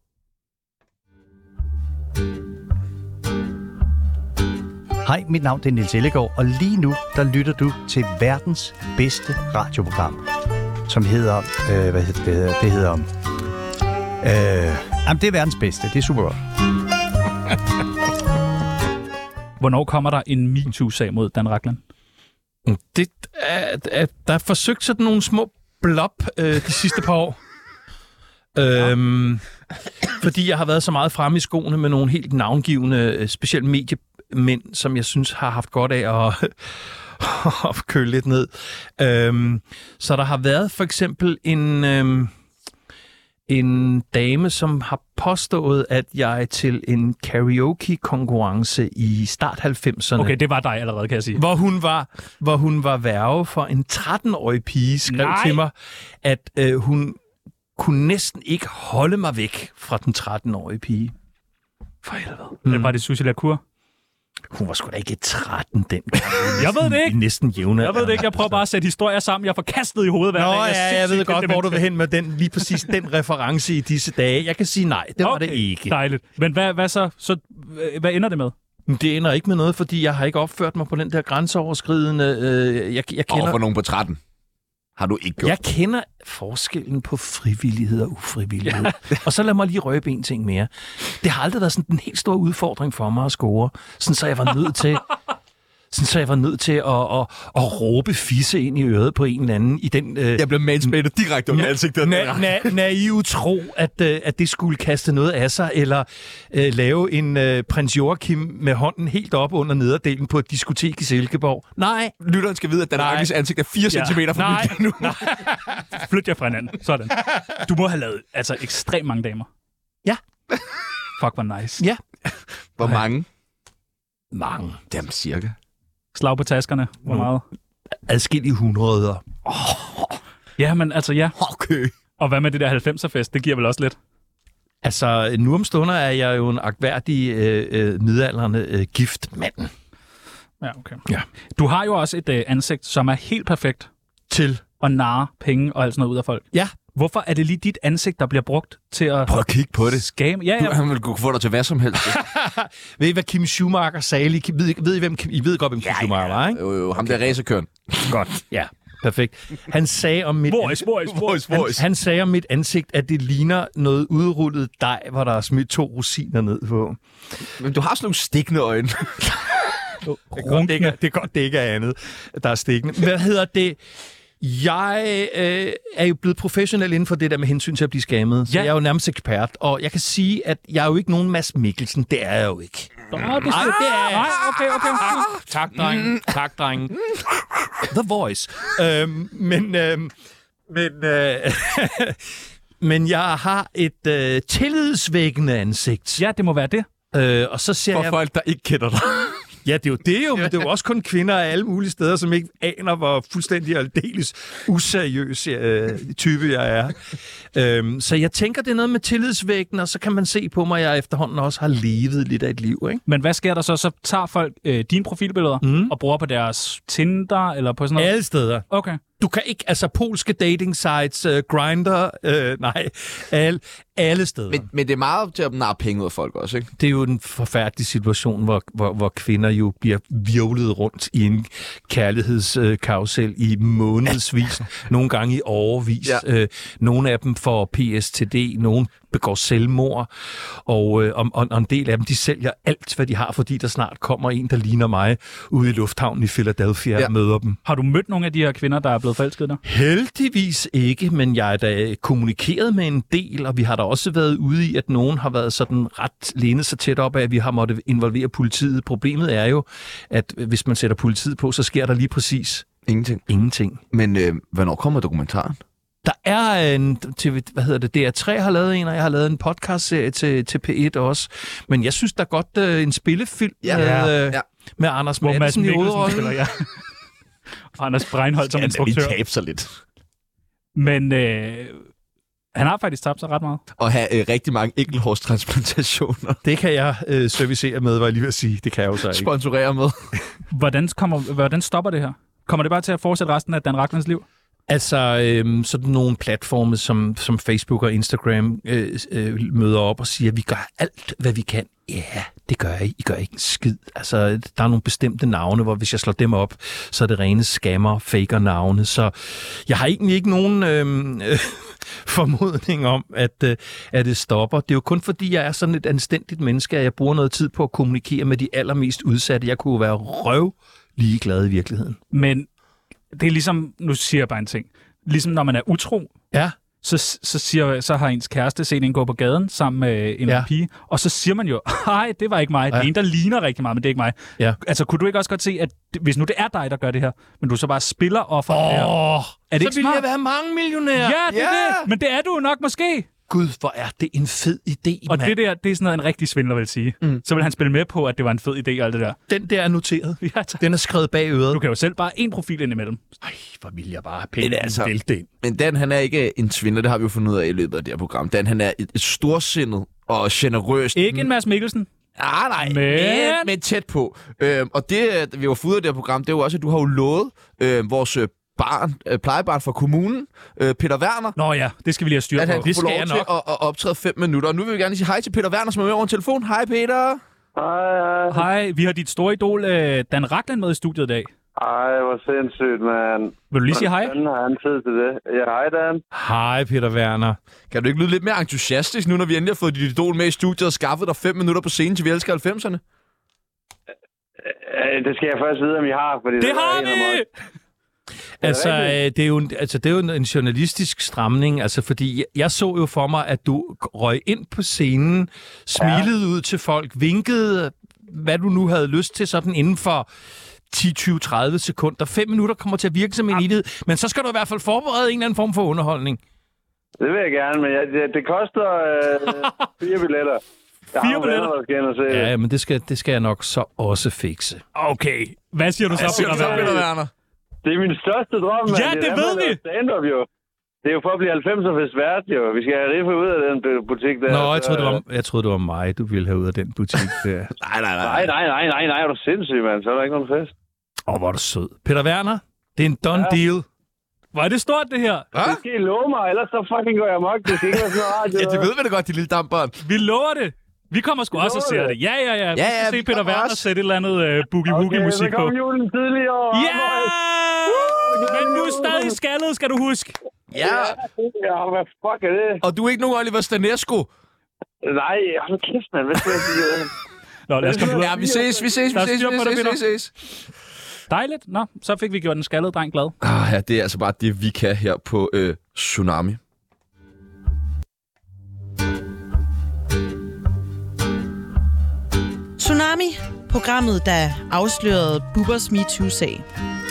Hej, mit navn er Niels Ellegaard, og lige nu der lytter du til verdens bedste radioprogram, som hedder... Øh, hvad hedder det? Det hedder... Øh, jamen, det er verdens bedste. Det er super godt. Hvornår kommer der en MeToo-sag mod Dan Rachlin? Det er, er, der er forsøgt sådan nogle små blop øh, de sidste par år. øhm, fordi jeg har været så meget fremme i skoene med nogle helt navngivende, specielt mediemænd, som jeg synes har haft godt af at, at køle lidt ned. Øhm, så der har været for eksempel en... Øhm, en dame, som har påstået, at jeg til en karaoke-konkurrence i start halvfemserne... Okay, det var dig allerede, kan jeg sige. Hvor hun var, hvor hun var værge for en tretten-årig pige, skrev Nej. til mig, at øh, hun kunne næsten ikke holde mig væk fra den tretten-årige pige. For helvede. Mm. Det var det Susie Lacour? Hun var sgu da ikke tretten den. Jeg ved det ikke. Næsten jævne. Jeg ved det ikke. Jeg prøver bare at sætte historier sammen. Jeg får kastet i hovedet hver Nå, dag. Jeg, ja, jeg ved godt, hvor du vil vil hen med den, lige præcis den reference i disse dage. Jeg kan sige nej, det var okay, det ikke. Dejligt. Men hvad, hvad så? så? Hvad ender det med? Det ender ikke med noget, fordi jeg har ikke opført mig på den der grænseoverskridende... Øh, jeg, jeg kender... Overfor nogen på tretten. Har du ikke gjort. Jeg kender forskellen på frivillighed og ufrivillighed. Ja. Og så lad mig lige røbe en ting mere. Det har aldrig været sådan en helt stor udfordring for mig at score. Sådan så jeg var nødt til... Sådan så jeg var nødt til at, at, at råbe fisse ind i øret på en eller anden i den... Øh, jeg blev mansplanet direkte om na- ansigtet. Na- na- naiv tro, at, øh, at det skulle kaste noget af sig, eller øh, lave en øh, prins Joachim med hånden helt op under nederdelen på et diskotek i Silkeborg. Nej. Lytteren skal vide, at Dan Raklins ansigt er fire centimeter fra Nej. mit nu. Nej. Flyt jer fra hinanden. Sådan. Du må have lavet altså ekstremt mange damer. Ja. Fuck, hvor nice. Ja. Hvor mange? Mange. Jamen, cirka. Slag på taskerne. Hvor Nu. meget? Adskillige hundreder. Oh. Ja, men altså, ja. Okay. Og hvad med det der halvfemser-fest? Det giver vel også lidt? Altså, nu om stunder er jeg jo en agtværdig, øh, øh, midaldrende øh, gift mand. Ja, okay. Ja. Du har jo også et øh, ansigt, som er helt perfekt til at narre penge og alt sådan noget ud af folk. Ja. Hvorfor er det lige dit ansigt, der bliver brugt til at... Prøv at kigge på det. Skame? Ja, Du, ja. han vil kunne få dig til hvad som helst. Ved I, hvad Kim Schumacher sagde? Ved I, ved I, hvem Kim, I ved godt, hvem Kim ja, Schumacher var, ikke? Jo, jo, ham der racerkøren. Godt, ja. Perfekt. Han sagde om mit Voice, voice, voice, han, voice. han sagde om mit ansigt, at det ligner noget udrullet dej, hvor der er smidt to rosiner ned på. Men du har sådan nogle stikkende øjne. Det er, godt, det, ikke, det er godt, det ikke er andet, der er stikkende. Hvad hedder det? Jeg øh, er jo blevet professionel inden for det der med hensyn til at blive skammet. Ja. Så jeg er jo nærmest ekspert, og jeg kan sige, at jeg er jo ikke nogen Mads Mikkelsen. Det er jeg jo ikke. Nå, det Nej, det er Nej, okay, okay. Tak, dreng. Tak, dreng. The Voice. Øhm, men, øhm, men, øh, men jeg har et øh, tillidsvækkende ansigt. Ja, det må være det. Øh, og så ser For jeg... folk, der ikke kender dig. Ja, det er jo det jo, men det er jo også kun kvinder af alle mulige steder, som ikke aner, hvor fuldstændig aldeles useriøs øh, type jeg er. øhm, så jeg tænker, det er noget med tillidsvægten, og så kan man se på mig, at jeg efterhånden også har levet lidt af et liv, ikke? Men hvad sker der så? Så tager folk øh, dine profilbilleder mm. og bruger på deres Tinder eller på sådan noget? Alle steder. Okay. Du kan ikke, altså polske dating sites, uh, Grindr, uh, nej, alle, alle steder. Men, men det er meget til at narre penge ud af folk også, ikke? Det er jo en forfærdelig situation, hvor, hvor, hvor kvinder jo bliver virvlet rundt i en kærlighedskarusel i månedsvis, nogle gange i årevis. Ja. Øh, nogle af dem får P S T D, nogle begår selvmord, og, øh, og, og en del af dem, de sælger alt, hvad de har, fordi der snart kommer en, der ligner mig, ude i lufthavnen i Philadelphia, ja. og møder dem. Har du mødt nogle af de her kvinder, der er blevet forelsket der? Heldigvis ikke, men jeg er da kommunikeret med en del, og vi har da også været ude i, at nogen har været sådan ret lænet sig tæt op af, at vi har måttet involvere politiet. Problemet er jo, at hvis man sætter politiet på, så sker der lige præcis ingenting. Ingenting. Men øh, hvornår kommer dokumentaren? Der er en, til, hvad hedder det, D R tre har lavet en, og jeg har lavet en podcast-serie til, til P et også. Men jeg synes, der er godt uh, en spillefilm ja, med, ja, uh, ja. med Anders Madsen i hovedrollen. Ja. Og Anders Breinholt som instruktør. Ja, det sig lidt. Men øh, han har faktisk tabt sig ret meget. Og have øh, rigtig mange enkelthårstransplantationer. Det kan jeg øh, servicere med, hvad jeg lige vil sige. Det kan jeg jo så ikke. Sponsorere med. hvordan, kommer, hvordan stopper det her? Kommer det bare til at fortsætte resten af Dan Raklins liv? Altså, øhm, sådan nogle platforme som, som Facebook og Instagram øh, øh, møder op og siger, at vi gør alt, hvad vi kan. Ja, det gør I. I gør ikke en skid. Altså, der er nogle bestemte navne, hvor hvis jeg slår dem op, så er det rene scammer, faker navne. Så jeg har egentlig ikke nogen øhm, øh, formodning om, at, øh, at det stopper. Det er jo kun fordi, jeg er sådan et anstændigt menneske, at jeg bruger noget tid på at kommunikere med de allermest udsatte. Jeg kunne være røv ligeglad i virkeligheden. Men det er ligesom, nu siger jeg bare en ting, ligesom når man er utro, ja. så, så, siger, så har ens kæreste set en gå på gaden sammen med en ja. pige, og så siger man jo, nej, det var ikke mig. Ja. Det er en, der ligner rigtig meget, men det er ikke mig. Ja. Altså, kunne du ikke også godt se, at hvis nu det er dig, der gør det her, men du så bare spiller offer oh, her, er det så ikke vil smart? jeg være mange millionær. Ja, det ja. er det, men det er du nok måske. Gud, hvor er det en fed idé, Og mand. det der, det er sådan noget, en rigtig svindler vil sige. Mm. Så vil han spille med på, at det var en fed idé og alt det der. Den der er noteret. Ja, tak. Den er skrevet bag øret. Du kan jo selv bare en profil ind imellem. Ej, hvor vil jeg bare have penge Men altså- vælte ind. Men Dan, han er ikke en svindler, det har vi jo fundet ud af i løbet af det her program. Dan, han er et, et storsindet og generøst. Ikke en Mads Mikkelsen. Ah, nej, Men- men, men tæt på. Øhm, og det, vi var fået af det her program, det er jo også, at du har jo lovet øh, vores øh, barn, øh, plejebarn fra kommunen, øh, Peter Werner, Nå ja, det skal vi lige have styr at på. han kunne Det få skal lov jeg til nok. at, at optræde fem minutter. Og nu vil vi gerne sige hej til Peter Werner, som er med over en telefon. Hej, Peter. Hej, hej. Hej, vi har dit store idol, øh, Dan Rachlin, med i studiet i dag. Ej, hvor sindssygt, mand. Vil du lige sige hej? Hvordan har han tid til det? Ja, hej, Dan. Hej, Peter Werner. Kan du ikke lyde lidt mere entusiastisk nu, når vi endelig har fået dit idol med i studiet og skaffet dig fem minutter på scenen til Vi elsker halvfemserne? Øh, Det skal jeg først vide, om I har. Fordi Det er har en af vi! mig. Altså, rigtigt? øh, det er jo, en- altså, det er jo en, en journalistisk stramning, altså, fordi jeg, jeg så jo for mig, at du røg ind på scenen, smilede ja. ud til folk, vinkede, hvad du nu havde lyst til, sådan inden for ti, tyve, tredive sekunder. Fem minutter kommer til at virke som en evighed, men så skal du i hvert fald forberede en eller anden form for underholdning. Det vil jeg gerne, men jeg, det, det koster øh, fire billetter. Jeg Fire har billetter? venner, der skal ind og se det. Ja, men det skal, det skal jeg nok så også fikse. Okay, hvad siger du så, Peter Så, Werner? Peter Werner. Det er min største drøm, mand. Ja, det er ved derfor, vi. jeg laver stand-up, jo. Det er jo for at blive halvfemser fest vært, jo. Vi skal have riffe ud af den butik der. Nå, jeg så- troede, det var, jeg troede, det var mig, du ville have ud af den butik der. Nej, nej, Nej, nej, nej, nej, nej, er du sindssyg, mand. Så er der ikke nogen fest. Åh, oh, hvor er du sød. Peter Werner, det er en done ja. deal. Hvor er det stort, det her? Det skal I love mig, ellers så fucking går jeg mok. Det skal ikke være sådan noget radio. Ja, det ved vi da godt, de lille dampbørn. Vi lover det. Vi kommer sgu også og ser det. Ja, ja, ja. Vi Ja, skal ja, se vi Peter kommer Werner også. sætte et eller andet uh, boogie-woogie-musik så på. kom julen tidligere. Ja! Men du er stadig skaldet, skal du huske. Ja, Ja, hvad fuck er det? og du er ikke nogen Oliver Stanesco. Nej, hold kæft, mand. Hvad skal jeg sige? Nå, lad os komme videre. Ja, vi ses, vi ses, vi Der er ses, vi styr på det, ses, Peter. vi ses. Dejligt. Nå, så fik vi gjort den skaldede dreng glad. Ah, ja, det er altså bare det, vi kan her på øh, Tsunami. Tsunami, programmet, der afslørede Bubbers MeToo-sag.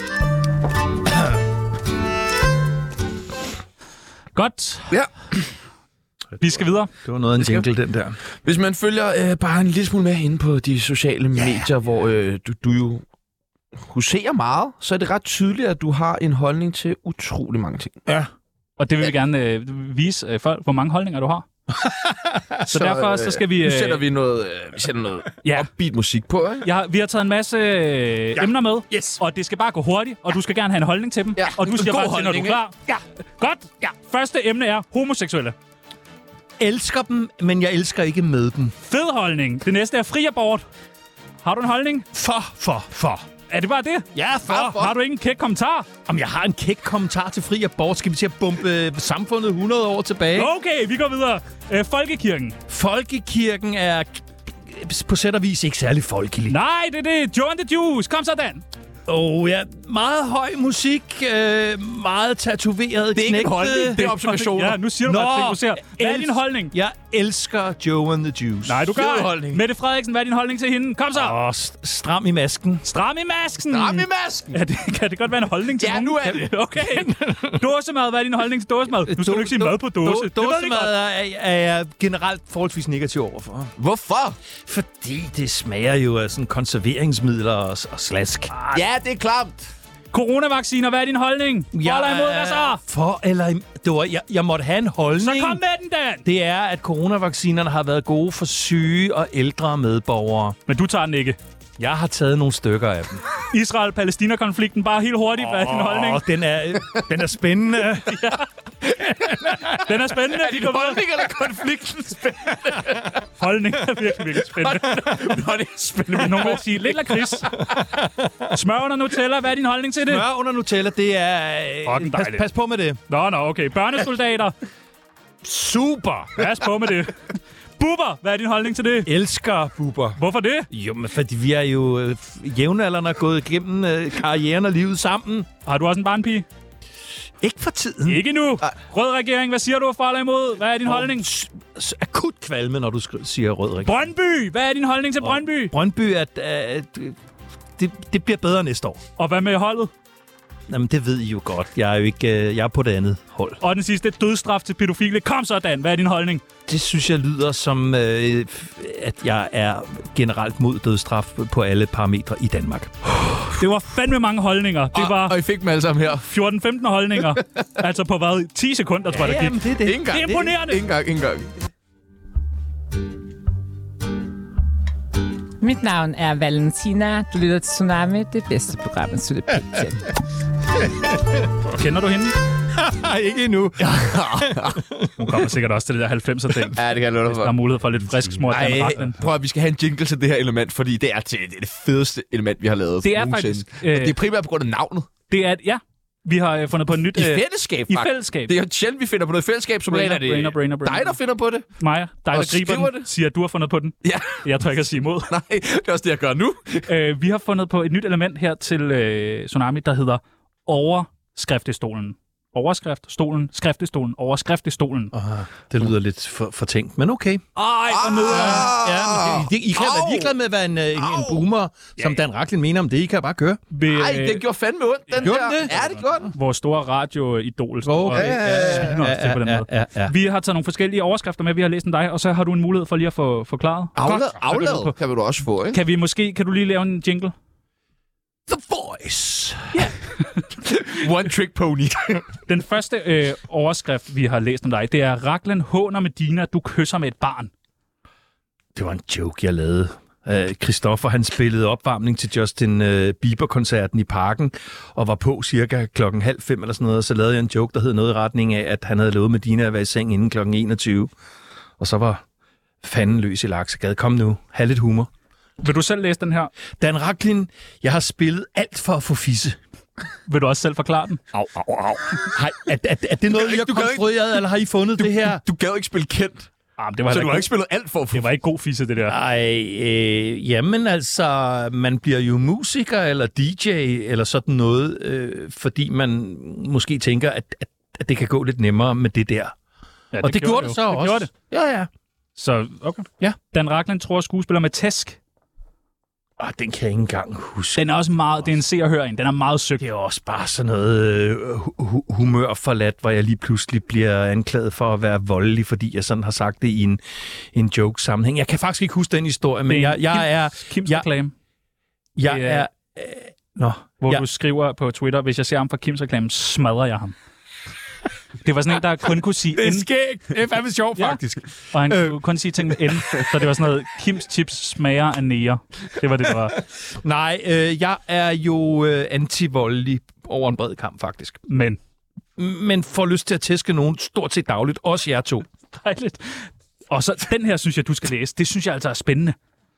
Godt. Ja. Vi skal videre. Det var noget af en jingle, den der. Hvis man følger øh, bare en lille smule med inde på de sociale medier, hvor øh, du, du jo huserer meget, så er det ret tydeligt, at du har en holdning til utrolig mange ting. Ja. Og det vil vi gerne øh, vise øh, folk, hvor mange holdninger du har. så, så derfor så skal vi... Nu Øh, sætter vi noget, øh, vi sætter noget Ja. upbeat musik på, ikke? jeg har, vi har taget en masse øh, ja. emner med, Yes. og det skal bare gå hurtigt, og du skal gerne have en holdning til dem. Ja, og du en siger god bare til, når du er holdning, klar. Ja. Godt. Ja. Første emne er homoseksuelle. Elsker dem, men jeg elsker ikke med dem. Fed holdning. Det næste er fri abort. Har du en holdning? For, for, for. Er det bare det? Ja, for. Har du ikke en kæk kommentar? Om jeg har en kæk kommentar til fri abort, skal vi til at bombe samfundet hundrede år tilbage. Okay, vi går videre. Øh, Folkekirken. Folkekirken er på sæt og vis ikke særlig folkelig. Nej, det er det. Joe and the Juice. Kom så, Dan. Åh oh, ja, meget høj musik, øh, meget tatoveret Det er ikke en knægte. holdning, det er observationer. Ja, nu siger du bare ting, du ser. Hvad er din holdning? Jeg elsker Joe and the Juice. Nej, du gør Fed ikke. holdning. Mette Frederiksen, hvad er din holdning til hende? Kom så. Åh, st- stram i masken. Stram i masken. Stram i masken. Ja, det, kan det godt være en holdning til Ja, nogen? nu er det. Okay. Dåsemad, hvad er din holdning til dåsemad? Nu skal du ikke sige mad på dåse. Det ved vi Dåsemad godt. er, er jeg generelt forholdsvis negativ overfor. Hvorfor? Fordi det smager jo af sådan konserveringsmidler og, og slask. Ja, det er klamt. Coronavacciner, hvad er din holdning? For eller imod, hvad så? For eller im- det var, jeg, jeg måtte have en holdning. Så kom med den, Dan. Det er, at coronavaccinerne har været gode for syge og ældre medborgere. Men du tager den ikke. Jeg har taget nogle stykker af dem. Israel-Palæstina-konflikten, bare helt hurtigt. Hvad er din holdning? Åh, den er, den er spændende. Den er spændende. Er din holdning eller konflikten spændende? Holdning er virkelig, virkelig spændende. Holdning er spændende. Men nogen vil sige, lidt lakrids. Smør under Nutella, hvad er din holdning til det? Smør under Nutella, det er... Fucking pas, dejligt. pas på med det. Nå, nå, okay. Børnesoldater. Super. Pas på med det. Bubber, hvad er din holdning til det? Elsker buber. Hvorfor det? Jo, men fordi vi er jo øh, jævnaldrende gået igennem øh, karrieren og livet sammen. Har du også en barnpige? Ikke for tiden. Ikke nu. Rød regering, hvad siger du for eller imod? Hvad er din holdning? S- s- akut kvalme, når du skri- siger rød regering. Brøndby, hvad er din holdning til Brøndby? Brøndby, at, at det, det bliver bedre næste år. Og hvad med holdet? Jamen, det ved I jo godt. Jeg er jo ikke... Øh, jeg er på det andet hold. Og den sidste, dødsstraf til pædofile. Kom så, Dan. Hvad er din holdning? Det synes jeg lyder som, øh, at jeg er generelt mod dødsstraf på alle parametre i Danmark. Det var fandme mange holdninger. Det var og I fik dem alle sammen her. fjorten femten holdninger. Altså på hvad? ti sekunder, tror jeg, ja, der gik. Det er, det. Ingen gang. Det er imponerende. Ingen gang, ingen gang. Mit navn er Valentina. Du lytter til Tsunami, det bedste program, at slutte pænt. Kender du hende? Ikke endnu. Hun kommer sikkert også til det der halvfemser-ting. Ja, det kan jeg love dig for. Der er mulighed for lidt frisk smurt. Ej, prøv at vi skal have en jingle til det her element, fordi det er, til, det, er det fedeste element, vi har lavet. Det er nogensinde. faktisk... Øh, det er primært på grund af navnet. Det er, ja. Vi har øh, fundet på et nyt... I øh, fællesskab, I faktisk. fællesskab. Det er jo sjældent, vi finder på noget fællesskab, som Brainer, er det brainer, brainer, brainer. dig, der finder på det. Maja, dig, der Og griber skriver den, det. siger, at du har fundet på den. Ja. Jeg tror ikke at sige imod. Nej, det er også det, jeg gør nu. øh, vi har fundet på et nyt element her til øh, Tsunami, der hedder overskriftestolen. Overskriftstolen, skriftestolen, overskriftestolen. Uh, det lyder lidt for, for tænkt, men okay. Ej, hvor nede. Ja, men det, I kan være ligeglade med, hvad en, en, en boomer, som Dan Rachlin mener om det. I kan bare køre. Nej, det gjorde fandme ondt, den gjorde der. Det? Ja, det gjorde den. Vores store radioidol. Okay. Ja, ja, ja, på den måde. ja, ja. Vi har taget nogle forskellige overskrifter med, vi har læst en dig, og så har du en mulighed for lige at få forklaret. Aflad, aflad kan du også få, ikke? Kan vi måske, kan du lige lave en jingle? The Voice. Ja. One trick pony. Den første øh, overskrift, vi har læst om dig, det er Rachlin håner Medina, du kysser med et barn. Det var en joke, jeg lavede. Uh, Christoffer, han spillede opvarmning til Justin uh, Bieber-koncerten i Parken, og var på cirka klokken halv fem eller sådan noget, og så lavede jeg en joke, der hed noget i retning af, at han havde lovet Medina at være i seng inden klokken enogtyve. Og så var fanden løs i laksegade. Kom nu, have lidt humor. Vil du selv læse den her? Dan Rachlin, jeg har spillet alt for at få fisse. Vil du også selv forklare den? Au, au, au. Hej, er, er, er det noget, I har konstrueret, eller har I fundet du, det her? Du gad ikke spille kendt. Ah, det var så du ikke har ikke spillet alt for... Det var ikke god fisse, det der. Ej, øh, jamen altså, man bliver jo musiker eller D J eller sådan noget, øh, fordi man måske tænker, at, at, at det kan gå lidt nemmere med det der. Ja, det og det gjorde det, det så det også. Gjorde det. Ja, ja. Så, okay. Ja. Dan Rachlin tror skuespiller med tæsk. Ah, den kan jeg ikke engang huske. Den er også meget, det er en se og hør en. Den er meget søgt. Det er også bare sådan noget øh, hu- humørforladt, hvor jeg lige pludselig bliver anklaget for at være voldelig, fordi jeg sådan har sagt det i en, en joke-sammenhæng. Jeg kan faktisk ikke huske den historie, men jeg, jeg er... Kims jeg, reklame. Jeg Det er... er- Øh, nå. Hvor Ja. du skriver på Twitter, hvis jeg ser ham fra Kims reklame, smadrer jeg ham. Det var sådan en, der kun kunne sige Det er N. skægt. Det er fandme sjovt, Ja. faktisk. Og han Øh. kunne kun sige ting med N. Så det var sådan noget, Kims chips smager af nære. Det var det, det var. Nej, øh, jeg er jo øh, anti-voldelig over en bred kamp, faktisk. Men. Men får lyst til at tæske nogen stort set dagligt. Også jer to. Dejligt. Og så den her, synes jeg, du skal læse. Det synes jeg altså er spændende.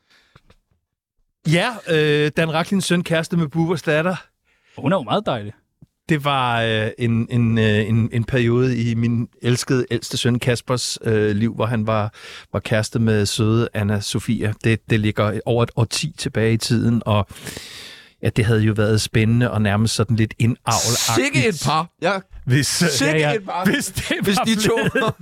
Ja, øh, Dan Rachlins søn, kæreste med Bubbers datter. Hun er jo meget dejlig. Det var øh, en, en, øh, en, en periode i min elskede ældste søn Kaspers øh, liv, hvor han var, var kæreste med søde Anna Sofia. Det, det ligger over et årti tilbage i tiden, og ja, det havde jo været spændende og nærmest sådan lidt indavlagtigt. Sikke et par. Ja. Hvis, øh, Sikke ja, ja. et par. Hvis, det Hvis var de to...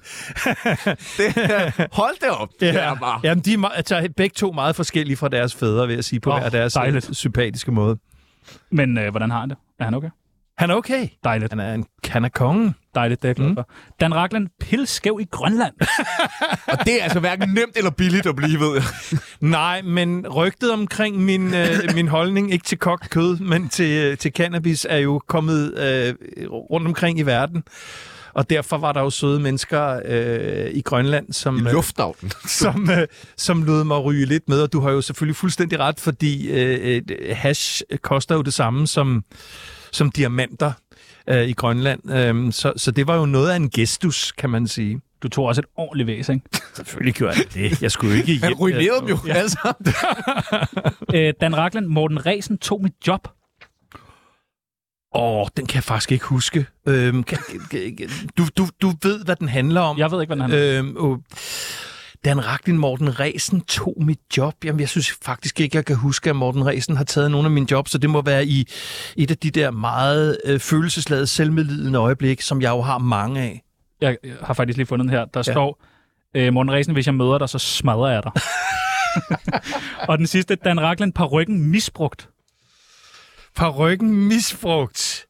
det, hold det op. Det Ja, er bare... jamen, de er me- altså, begge to meget forskellige fra deres fædre, vil jeg sige, på Åh, hver deres dejligt. sympatiske måde. Men øh, hvordan har han det? Er han okay? Han er okay. Dejligt. Han er en han er kongen. Dejligt, det er jeg glad Mm. for. Dan Rachlin, pilskæv i Grønland. Og det er altså hverken nemt eller billigt at blive, ved jeg. Nej, men rygtet omkring min, øh, min holdning, ikke til kogt kød, men til, til cannabis, er jo kommet øh, rundt omkring i verden. Og derfor var der jo søde mennesker øh, i Grønland, som, I lufthavnen. som, øh, som lod mig ryge lidt med. Og du har jo selvfølgelig fuldstændig ret, fordi øh, hash koster jo det samme som, som diamanter øh, i Grønland. Øh, så, så det var jo noget af en gestus, kan man sige. Du tog også et ordentligt væs, ikke? Selvfølgelig gjorde jeg det. Jeg skulle jo ikke hjem. Han ruinerede dem jo, Ja. altså. øh, Dan Rachlin, Morten Ræsen tog mit job. Åh, oh, den kan jeg faktisk ikke huske. Øhm, kan, kan, du, du, du ved, hvad den handler om. Jeg ved ikke, hvad den handler om. Øhm, og Dan Rachlin, Morten Ræsen tog mit job. Jamen, jeg synes faktisk ikke, jeg kan huske, at Morten Ræsen har taget nogle af mine jobs, så det må være i et af de der meget øh, følelsesladede, selvmedlidende øjeblik, som jeg jo har mange af. Jeg har faktisk lige fundet den her. Der Ja. står, øh, Morten Ræsen, hvis jeg møder dig, så smadrer jeg dig. Og den sidste, Dan Rachlin, parykken misbrugt. Parykken misbrugt.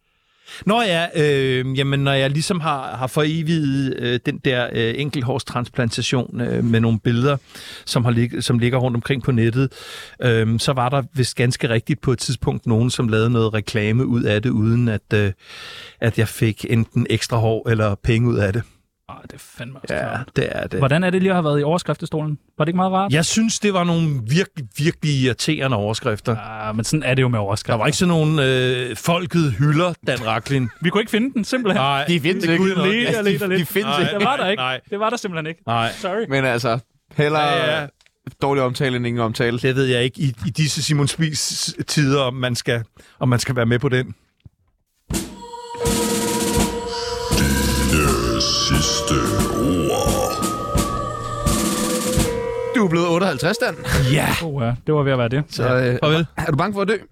Nå ja, øh, jamen når jeg ligesom har, har foreviget øh, den der øh, enkelthårstransplantation øh, med nogle billeder, som, har lig, som ligger rundt omkring på nettet, øh, så var der vist ganske rigtigt på et tidspunkt nogen, som lavede noget reklame ud af det, uden at, øh, at jeg fik enten ekstra hår eller penge ud af det. Ah, det er fandme også Ja, klart. det er det. Hvordan er det lige at have været i overskriftestolen? Var det ikke meget rart? Jeg synes, det var nogle virkelig, virkelig irriterende overskrifter. Ja, men sådan er det jo med overskrifter. Der var ikke sådan nogen øh, folket hylder Dan Rachlin. Vi kunne ikke finde den, simpelthen. Nej, De findes ikke. Lidt og lidt og lidt. De, de findes Nej. ikke. Det var der ikke. Nej. Det var der simpelthen ikke. Nej. Sorry. Men altså, hellere Ja, ja. dårlig omtale end ingen omtale. Det ved jeg ikke i, i disse Simon Spies tider, om man, skal, om man skal være med på den. Det sidste ord. Du er blevet otteoghalvtreds, Dan. Ja. Oh, ja. Det var ved at være det. Så øh, Farvel. er du bange for at dø?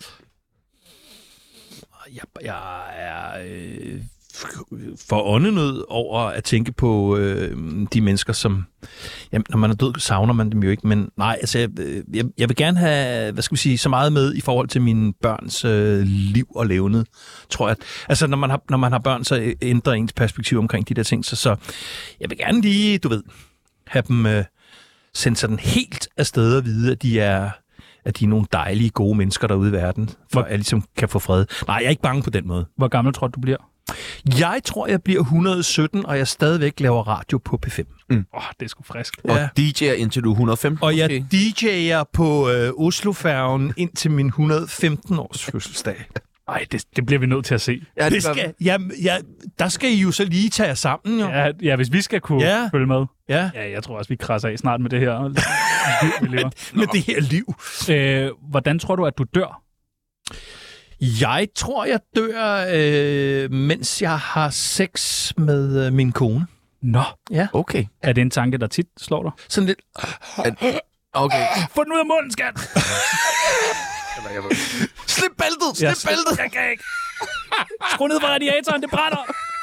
Jeg, jeg er øh, for åndenød over at tænke på øh, de mennesker, som... Jamen, når man er død, savner man dem jo ikke, men nej, altså, jeg, jeg, jeg vil gerne have, hvad skal vi sige, så meget med i forhold til mine børns øh, liv og levned, tror jeg. Altså, når man, har, når man har børn, så ændrer ens perspektiv omkring de der ting, så, så jeg vil gerne lige, du ved, have dem øh, sendt sådan helt afsted og vide, at de er... at de er nogle dejlige, gode mennesker derude i verden, for at jeg ligesom kan få fred. Nej, jeg er ikke bange på den måde. Hvor gammel tror du, du bliver? Jeg tror, jeg bliver et hundrede og sytten, og jeg stadigvæk laver radio på P fem. Åh, mm. oh, det er sgu frisk. Og Ja. D J'er indtil du er et hundrede og femten. Og jeg måske. D J'er på øh, Oslofærgen indtil min et hundrede og femten års fødselsdag. Nej, det, det bliver vi nødt til at se. Ja, Det skal, ja, ja, der skal I jo så lige tage jer sammen, jo. Ja, ja, hvis vi skal kunne Ja. følge med. Ja. Ja, jeg tror også, vi krasser af snart med det her liv, vi lever. Med det her liv. Øh, hvordan tror du, at du dør? Jeg tror, jeg dør, øh, mens jeg har sex med øh, min kone. Nå, Ja. Okay. er det en tanke, der tit slår dig? Sådan lidt... Okay. Få den ud af munden, skat! Slip bæltet! Slip Jeg, bæltet! jeg kan ikke. Skru ned fra radiatoren, det brænder!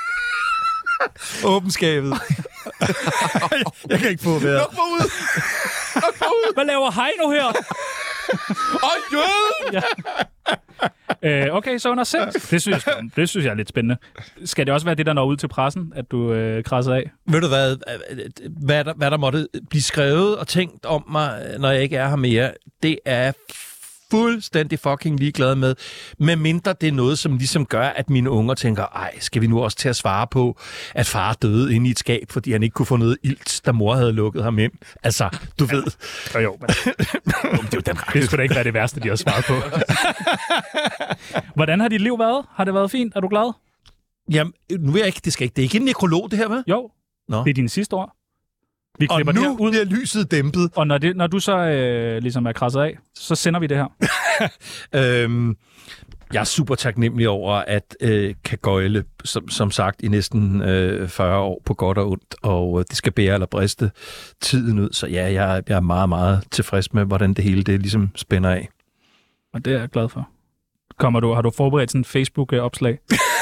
Åbn skabet. Jeg kan ikke få vejret. Luk mig ud! Luk mig ud! Hvad laver Heino her? Åh, jød! Ja. Øh, okay, så under sex. Det synes, det synes jeg er lidt spændende. Skal det også være det, der når ud til pressen, at du øh, krasser af? Ved du hvad, hvad der, hvad der måtte blive skrevet og tænkt om mig, når jeg ikke er her mere, det er fuldstændig fucking ligeglad med. Med mindre det er noget, som ligesom gør, at mine unger tænker, ej, skal vi nu også til at svare på, at far døde inde i et skab, fordi han ikke kunne få noget ilt, da mor havde lukket ham ind. Altså, du ved. Jo, jo, men det, er jo den det skulle da ikke være det værste, de har svaret på. Hvordan har dit liv været? Har det været fint? Er du glad? Jamen, nu er jeg ikke, det skal ikke, det er ikke en nekrolog, det her, hvad? Jo, Nå. det er dine sidste ord. Vi Og klipper det her nu ud, bliver lyset dæmpet. og når, det, når du så øh, ligesom er krasset af, så sender vi det her. Øhm, jeg er super taknemmelig over, at øh, kan gøjle, som, som sagt, i næsten øh, fyrre år på godt og ondt, og øh, det skal bære eller briste tiden ud. Så ja, jeg, jeg er meget, meget tilfreds med, hvordan det hele det ligesom spænder af. Og det er jeg glad for. Kommer du, har du forberedt sådan en Facebook-opslag?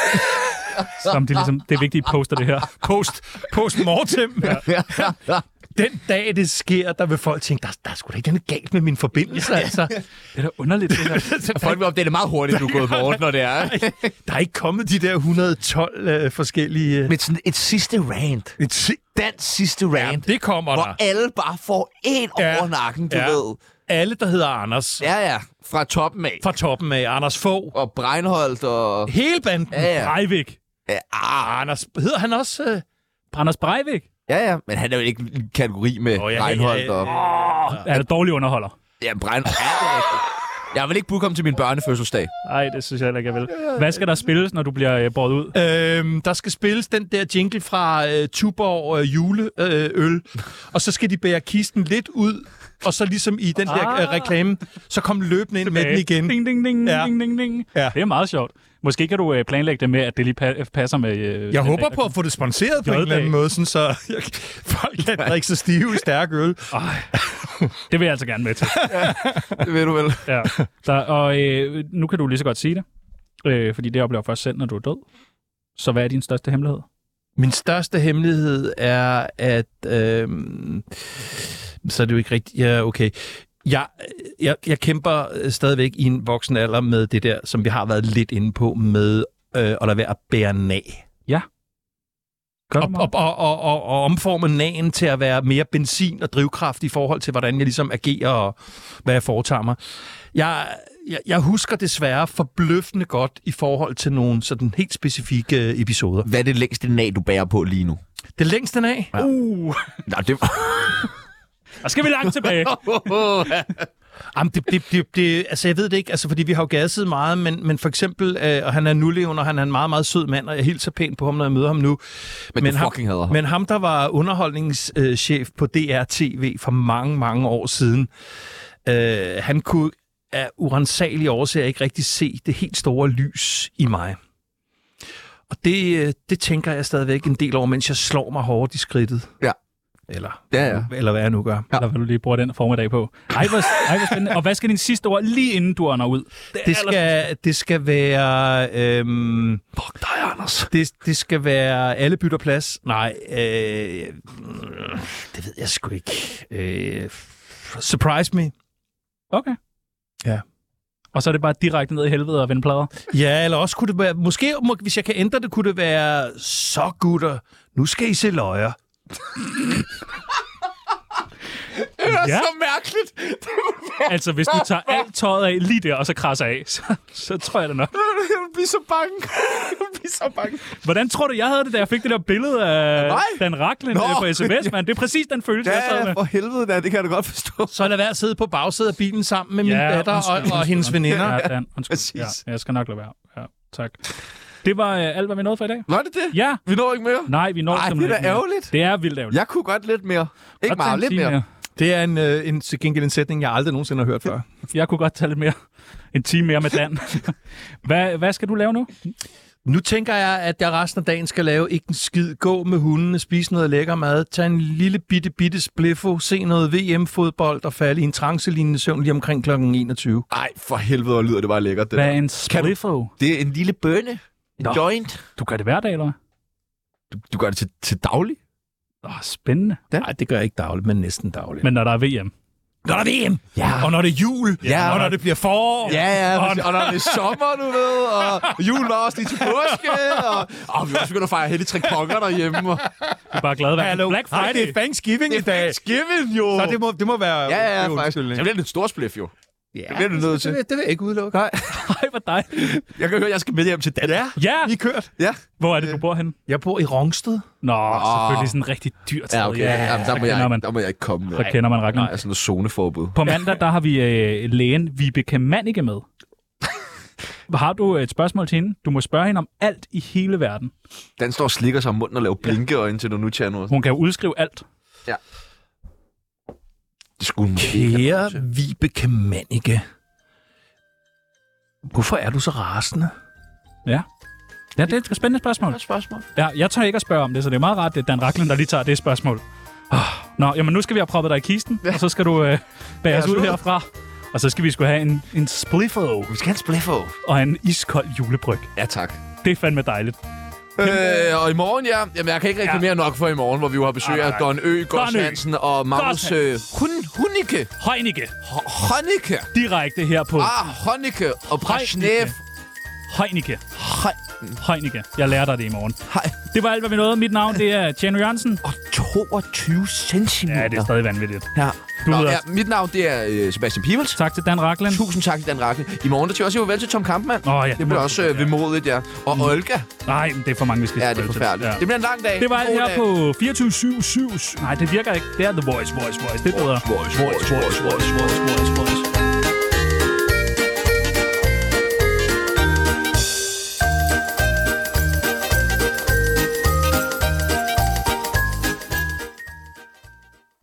Som det, ligesom, det er vigtigt, at I poster det her. Post, post-mortem. Ja. Den dag, det sker, der vil folk tænke, der, der er sgu da ikke noget galt med min forbindelse, altså. Det er da underligt, det her. Folk vil op, det er meget hurtigt, du er gået bort, når det er. Der er ikke kommet de der et hundrede og tolv øh, forskellige... Men sådan et sidste rant. Et si- Den sidste rant. Ja, det kommer hvor der. alle bare får en Ja. over nakken, du Ja. ved. Alle, der hedder Anders. Ja, ja. Fra toppen af. Fra toppen af. Anders Fogh. Og Breinholt og... Hele banden. Ja, ja. Breivik. Ja, ah. Anders, hedder han også... Øh... Anders Breivik. Ja, ja. Men han er jo ikke i kategori med Åh, ja, Breinholt ja, ja. og... Oh, er det dårlig underholder? Ja, Breinholt. Ja, det er rigtigt. Jeg vil ikke booke ham til min børnefødselsdag. Nej, det synes jeg heller ikke, jeg vil. Hvad skal der spilles, når du bliver øh, båret ud? Øhm, der skal spilles den der jingle fra øh, Tuborg øh, juleøl, øh, og så skal de bære kisten lidt ud, og så ligesom i den der øh, reklame, så kom løbende ind med den igen. Ding, ding, ding, Ja. ding, ding, ding. Ja. Det er meget sjovt. Måske kan du øh, planlægge det med, at det lige pa- passer med... Øh, Jeg den håber dag, på at få det sponsoreret på en J-dag. eller anden måde, sådan, så jeg, folk kan drikke så stive stærk øl. Ej, det vil jeg altså gerne med til. Det ved du vel. Ja. Der, og øh, nu kan du lige så godt sige det, øh, fordi det oplever først selv, når du er død. Så hvad er din største hemmelighed? Min største hemmelighed er, at... Øh, så er det jo ikke rigtigt... Ja, okay. Jeg, jeg, jeg kæmper stadigvæk i en voksen alder med det der, som vi har været lidt inde på, med øh, at lade være at bære nag. Ja. Og, og, og, og, og, og omforme nagen til at være mere benzin og drivkraft i forhold til, hvordan jeg ligesom agerer og hvad jeg foretager mig. Jeg, jeg, jeg husker desværre forbløffende godt i forhold til nogle sådan helt specifikke episoder. Hvad er det længste nag, du bærer på lige nu? Det længste nag? Ja. Uh. Nej, det Der skal vi langt tilbage. Jamen, det, det, det, det, altså, jeg ved det ikke, altså, fordi vi har jo gasset meget, men, men for eksempel, øh, og han er nulevende, og han er en meget, meget sød mand, og jeg hilser pænt på ham, når jeg møder ham nu. Men, men, du fucking hader ham. Men ham, der var underholdningschef på D R T V for mange, mange år siden, øh, han kunne af urensagelige årsager ikke rigtig se det helt store lys i mig. Og det, det tænker jeg stadigvæk en del over, mens jeg slår mig hårdt i skridtet. Ja. Eller, ja, ja. eller hvad jeg nu gør. Ja. Eller hvad du lige bruger den formiddag på. Ej, hvor, ej, hvor spændende. Og hvad skal din sidste ord lige inden du ånder ud? Det, det, skal, det skal være... Øhm, Fuck dig, Anders. Det, det skal være alle bytter plads. Nej, øh, det ved jeg sgu ikke. Øh, surprise me. Okay. Ja. Og så er det bare direkte ned i helvede og vende plader? Ja, eller også kunne det være... Måske, hvis jeg kan ændre det, kunne det være... Så gutter, nu skal I se løjer. Det er ja. så mærkeligt. Altså, hvis du tager alt tøjet af lige der, og så krasser af, så, så tror jeg det nok. Jeg vil blive så bange. Jeg vil blive så bange. Hvordan tror du, jeg havde det, da jeg fik det der billede af Nej. Dan Rachlin på sms, mand? Det er præcis den følelse, ja, jeg sad med. Ja, for helvede da, det kan jeg da godt forstå. Så lad være at sidde på bagsædet af bilen sammen med min ja, datter undskyld, og, og undskyld, hendes veninder. Ja, Dan, undskyld. Ja, jeg skal nok lade være. Ja, tak. Det var øh, alt, hvad vi nåede for i dag. Var det det? Ja. Vi når ikke mere? Nej, vi når Ej, simpelthen det er da ærgerligt. Det er vildt ærgerligt. Jeg kunne godt lidt mere. Ikke meget, lidt mere. mere. Det er en, øh, en, til gengæld en sætning, jeg aldrig nogensinde har hørt før. Jeg kunne godt tage lidt mere. En time mere med Dan. hvad, hvad skal du lave nu? Nu tænker jeg, at jeg resten af dagen skal lave ikke en skid. Gå med hundene, spise noget lækker mad, tage en lille bitte, bitte spliffo, se noget V M-fodbold og falde i en trancelignende søvn lige omkring klokken enogtyve. Ej, for helvede, hvor lyder det bare lækkert. Det hvad der. er en spliffo? Det er en lille bønne. En Nå. joint. Du gør det hver dag, eller hvad? Du, du gør det til, til daglig? Åh, spændende. Nej, ja. det gør jeg ikke dagligt, men næsten dagligt. Men når der er V M? Når der er V M, ja. Og når det er jul, ja. Og når det bliver forår. Ja, ja, og, og når det er sommer, du ved, og julen er også lige til påske, og, og vi er også begyndt at fejre heldig tre konger derhjemme. Og... Vi er bare glade ved Hallo. Black Friday. Ej, det er Thanksgiving i dag. Det er Thanksgiving, jo. Så det må, det må være... Ja, ja, faktisk. Det bliver lidt stor spliff, jo. Ja, det bliver du nødt til. Det, det vil jeg ikke udelukke. Nej. Ej, hvor dejligt. Jeg kan høre, at jeg skal med hjem til Dan. Ja, ja. I er kørt. Ja. Hvor er det, du bor henne? Jeg bor i Rongsted. Nå, oh. selvfølgelig sådan en rigtig dyrt sted. Ja, okay. Ja, Jamen, der, må jeg, man, der må jeg ikke komme med. Så kender man Rachlin. Nej, sådan noget zoneforbud. På mandag, der har vi øh, lægen Vibeke Mannicke med. Har du et spørgsmål til hende? Du må spørge hende om alt i hele verden. Den står og slikker sig om munden og laver blinkeøjne til, når nu tjener noget. Hun kan jo udskrive alt. Ja. Det skulle Kære Vibeke Mannicke. Hvorfor er du så rasende? Ja. Ja, det er et spændende spørgsmål. spørgsmål. Ja, jeg tør ikke at spørge om det, så det er meget rart, det er Dan Rachlin, der lige tager det spørgsmål. Oh. Nå, jamen nu skal vi have proppet dig i kisten, ja. Og så skal du øh, bære os ud herfra. Og så skal vi sgu have en, en spliffo. Vi skal have en spliffo. Og en iskold julebryg. Ja, tak. Det er fandme dejligt. Øh, og i morgen, ja. Jamen, jeg kan ikke reklamere ja. nok for i morgen, hvor vi jo har besøg af Don Ø, Gårds Hansen og Magnus øh, Hun, Hunicke. Højnicke. Højnicke. Direkte her på... Ah, Højnicke og Brezhnev. Højnicke. Høj... Højnicke. Jeg lærer dig det i morgen. Hej. Det var alt, hvad vi nåede. Mit navn, det er Tjerno Jørgensen. Og toogtyve centimeter. Ja, det er stadig vanvittigt. Ja. Du Nå, ja, mit navn, det er øh, Sebastian Pibels. Tak til Dan Rachlin. Tusind tak til Dan Rachlin. I morgen, der til også vel til Tom Kampmann. Åh, oh, ja. Det bliver også øh, vemodigt, ja. Og mm. Olga. Nej, det er for mange, vi skal Ja, det er forfærdeligt. Ja. Det bliver en lang dag. Det var alt her dag. På fireogtyve syv syv. Nej, det virker ikke. Det er The Voice, Voice, Voice. Det er bedre. Voice, Voice, Voice, Voice, Voice, Voice, Voice.